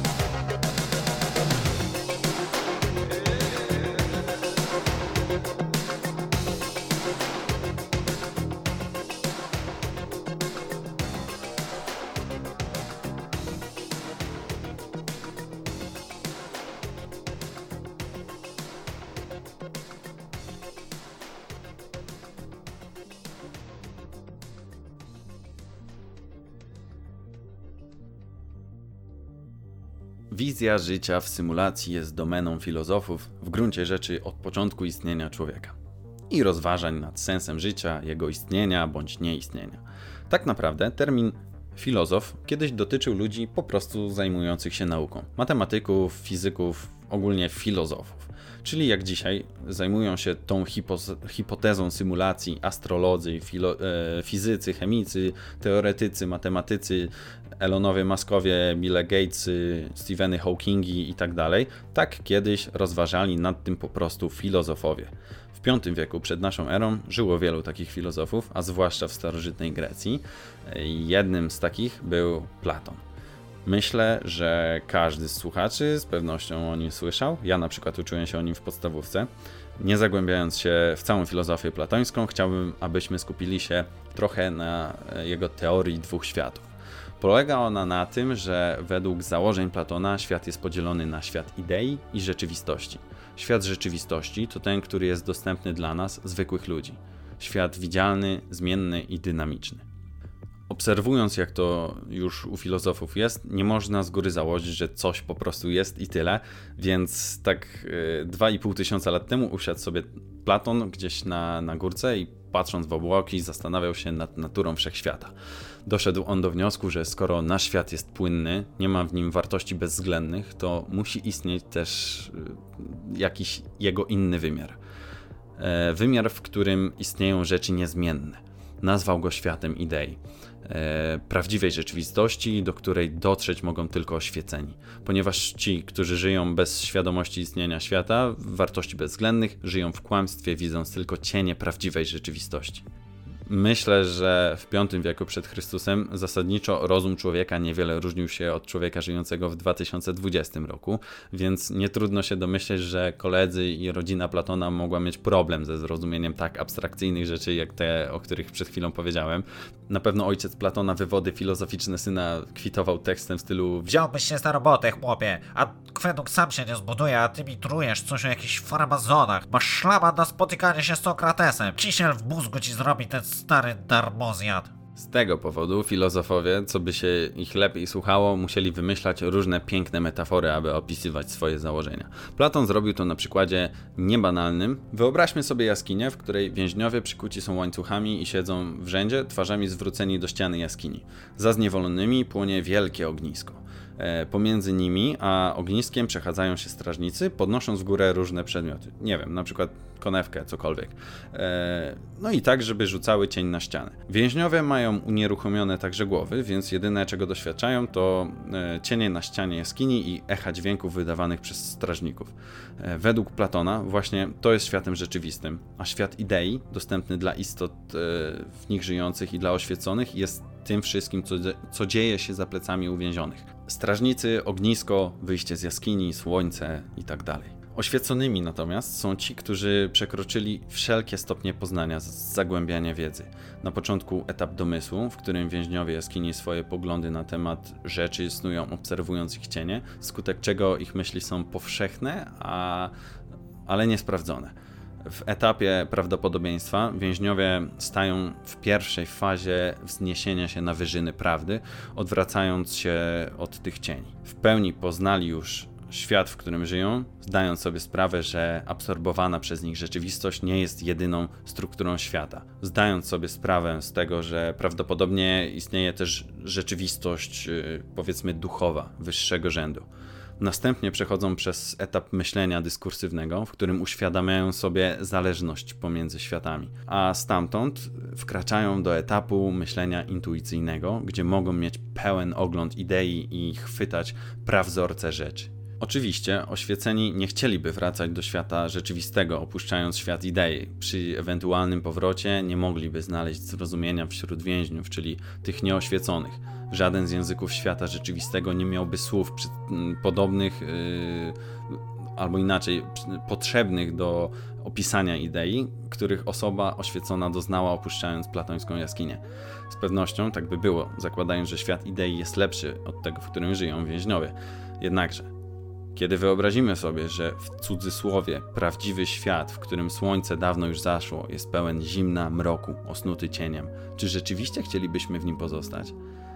Wizja życia w symulacji jest domeną filozofów, w gruncie rzeczy od początku istnienia człowieka i rozważań nad sensem życia, jego istnienia bądź nieistnienia. Tak naprawdę termin filozof kiedyś dotyczył ludzi po prostu zajmujących się nauką, matematyków, fizyków, ogólnie filozofów. Czyli jak dzisiaj zajmują się tą hipo- hipotezą symulacji astrolodzy, filo- e, fizycy, chemicy, teoretycy, matematycy, Elonowie Muskowie, Bill Gatesy, Stepheny Hawkingi i tak dalej, tak kiedyś rozważali nad tym po prostu filozofowie. W piątym wieku przed naszą erą żyło wielu takich filozofów, a zwłaszcza w starożytnej Grecji. Jednym z takich był Platon. Myślę, że każdy z słuchaczy z pewnością o nim słyszał. Ja na przykład uczyłem się o nim w podstawówce. Nie zagłębiając się w całą filozofię platońską, chciałbym, abyśmy skupili się trochę na jego teorii dwóch światów. Polega ona na tym, że według założeń Platona świat jest podzielony na świat idei i rzeczywistości. Świat rzeczywistości to ten, który jest dostępny dla nas, zwykłych ludzi. Świat widzialny, zmienny i dynamiczny. Obserwując, jak to już u filozofów jest, nie można z góry założyć, że coś po prostu jest i tyle, więc tak dwa i pół tysiąca lat temu usiadł sobie Platon gdzieś na, na górce i patrząc w obłoki zastanawiał się nad naturą wszechświata. Doszedł on do wniosku, że skoro nasz świat jest płynny, nie ma w nim wartości bezwzględnych, to musi istnieć też jakiś jego inny wymiar. Wymiar, w którym istnieją rzeczy niezmienne. Nazwał go światem idei. Prawdziwej rzeczywistości, do której dotrzeć mogą tylko oświeceni. Ponieważ ci, którzy żyją bez świadomości istnienia świata, wartości bezwzględnych, żyją w kłamstwie, widząc tylko cienie prawdziwej rzeczywistości. Myślę, że w piątym wieku przed Chrystusem zasadniczo rozum człowieka niewiele różnił się od człowieka żyjącego w dwa tysiące dwudziestym roku, więc nie trudno się domyśleć, że koledzy i rodzina Platona mogła mieć problem ze zrozumieniem tak abstrakcyjnych rzeczy, jak te, o których przed chwilą powiedziałem. Na pewno ojciec Platona wywody filozoficzne syna kwitował tekstem w stylu: wziąłbyś się za robotę, chłopie, a kweduk sam się nie zbuduje, a ty mi trujesz coś o jakichś farmazonach. Masz szlaban na spotykanie się z Sokratesem. Kisiel w mózgu ci zrobi ten stary darmozjad. Z tego powodu filozofowie, co by się ich lepiej słuchało, musieli wymyślać różne piękne metafory, aby opisywać swoje założenia. Platon zrobił to na przykładzie niebanalnym. Wyobraźmy sobie jaskinię, w której więźniowie przykuci są łańcuchami i siedzą w rzędzie, twarzami zwróceni do ściany jaskini. Za zniewolonymi płonie wielkie ognisko. Pomiędzy nimi a ogniskiem przechadzają się strażnicy, podnosząc w górę różne przedmioty. Nie wiem, na przykład konewkę, cokolwiek. No i tak, żeby rzucały cień na ścianę. Więźniowie mają unieruchomione także głowy, więc jedyne, czego doświadczają, to cienie na ścianie jaskini i echa dźwięków wydawanych przez strażników. Według Platona właśnie to jest światem rzeczywistym, a świat idei, dostępny dla istot w nich żyjących i dla oświeconych, jest tym wszystkim, co, co dzieje się za plecami uwięzionych. Strażnicy, ognisko, wyjście z jaskini, słońce i tak dalej. Oświeconymi natomiast są ci, którzy przekroczyli wszelkie stopnie poznania, zagłębiania wiedzy. Na początku etap domysłu, w którym więźniowie jaskini swoje poglądy na temat rzeczy snują, obserwując ich cienie, wskutek czego ich myśli są powszechne, a, ale niesprawdzone. W etapie prawdopodobieństwa więźniowie stają w pierwszej fazie wzniesienia się na wyżyny prawdy, odwracając się od tych cieni. W pełni poznali już świat, w którym żyją, zdając sobie sprawę, że absorbowana przez nich rzeczywistość nie jest jedyną strukturą świata. Zdając sobie sprawę z tego, że prawdopodobnie istnieje też rzeczywistość, powiedzmy, duchowa, wyższego rzędu. Następnie przechodzą przez etap myślenia dyskursywnego, w którym uświadamiają sobie zależność pomiędzy światami, a stamtąd wkraczają do etapu myślenia intuicyjnego, gdzie mogą mieć pełen ogląd idei i chwytać prawzorce rzeczy. Oczywiście oświeceni nie chcieliby wracać do świata rzeczywistego, opuszczając świat idei. Przy ewentualnym powrocie nie mogliby znaleźć zrozumienia wśród więźniów, czyli tych nieoświeconych. Żaden z języków świata rzeczywistego nie miałby słów przy, podobnych, yy, albo inaczej, potrzebnych do opisania idei, których osoba oświecona doznała, opuszczając platońską jaskinię. Z pewnością tak by było, zakładając, że świat idei jest lepszy od tego, w którym żyją więźniowie. Jednakże kiedy wyobrazimy sobie, że w cudzysłowie prawdziwy świat, w którym słońce dawno już zaszło, jest pełen zimna, mroku, osnuty cieniem, czy rzeczywiście chcielibyśmy w nim pozostać?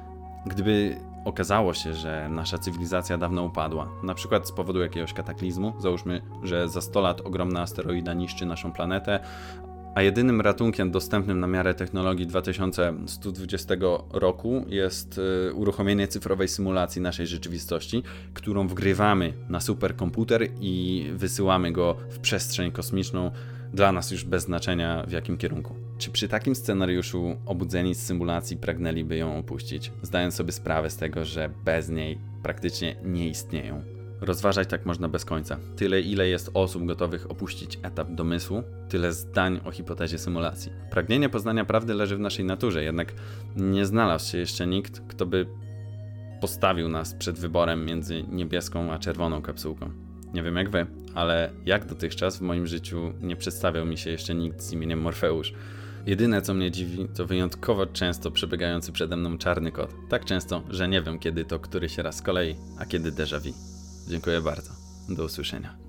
Gdyby okazało się, że nasza cywilizacja dawno upadła, na przykład z powodu jakiegoś kataklizmu, załóżmy, że za sto lat ogromna asteroida niszczy naszą planetę, a jedynym ratunkiem dostępnym na miarę technologii dwa tysiące sto dwudziestego roku jest y, uruchomienie cyfrowej symulacji naszej rzeczywistości, którą wgrywamy na superkomputer i wysyłamy go w przestrzeń kosmiczną, dla nas już bez znaczenia w jakim kierunku. Czy przy takim scenariuszu obudzeni z symulacji pragnęliby ją opuścić, zdając sobie sprawę z tego, że bez niej praktycznie nie istnieją? Rozważać tak można bez końca. Tyle, ile jest osób gotowych opuścić etap domysłu, tyle zdań o hipotezie symulacji. Pragnienie poznania prawdy leży w naszej naturze, jednak nie znalazł się jeszcze nikt, kto by postawił nas przed wyborem między niebieską a czerwoną kapsułką. Nie wiem jak wy, ale jak dotychczas w moim życiu nie przedstawiał mi się jeszcze nikt z imieniem Morfeusz. Jedyne co mnie dziwi, to wyjątkowo często przebiegający przede mną czarny kot. Tak często, że nie wiem kiedy to któryś raz z kolei, a kiedy déjà vu. Dziękuję bardzo. Do usłyszenia.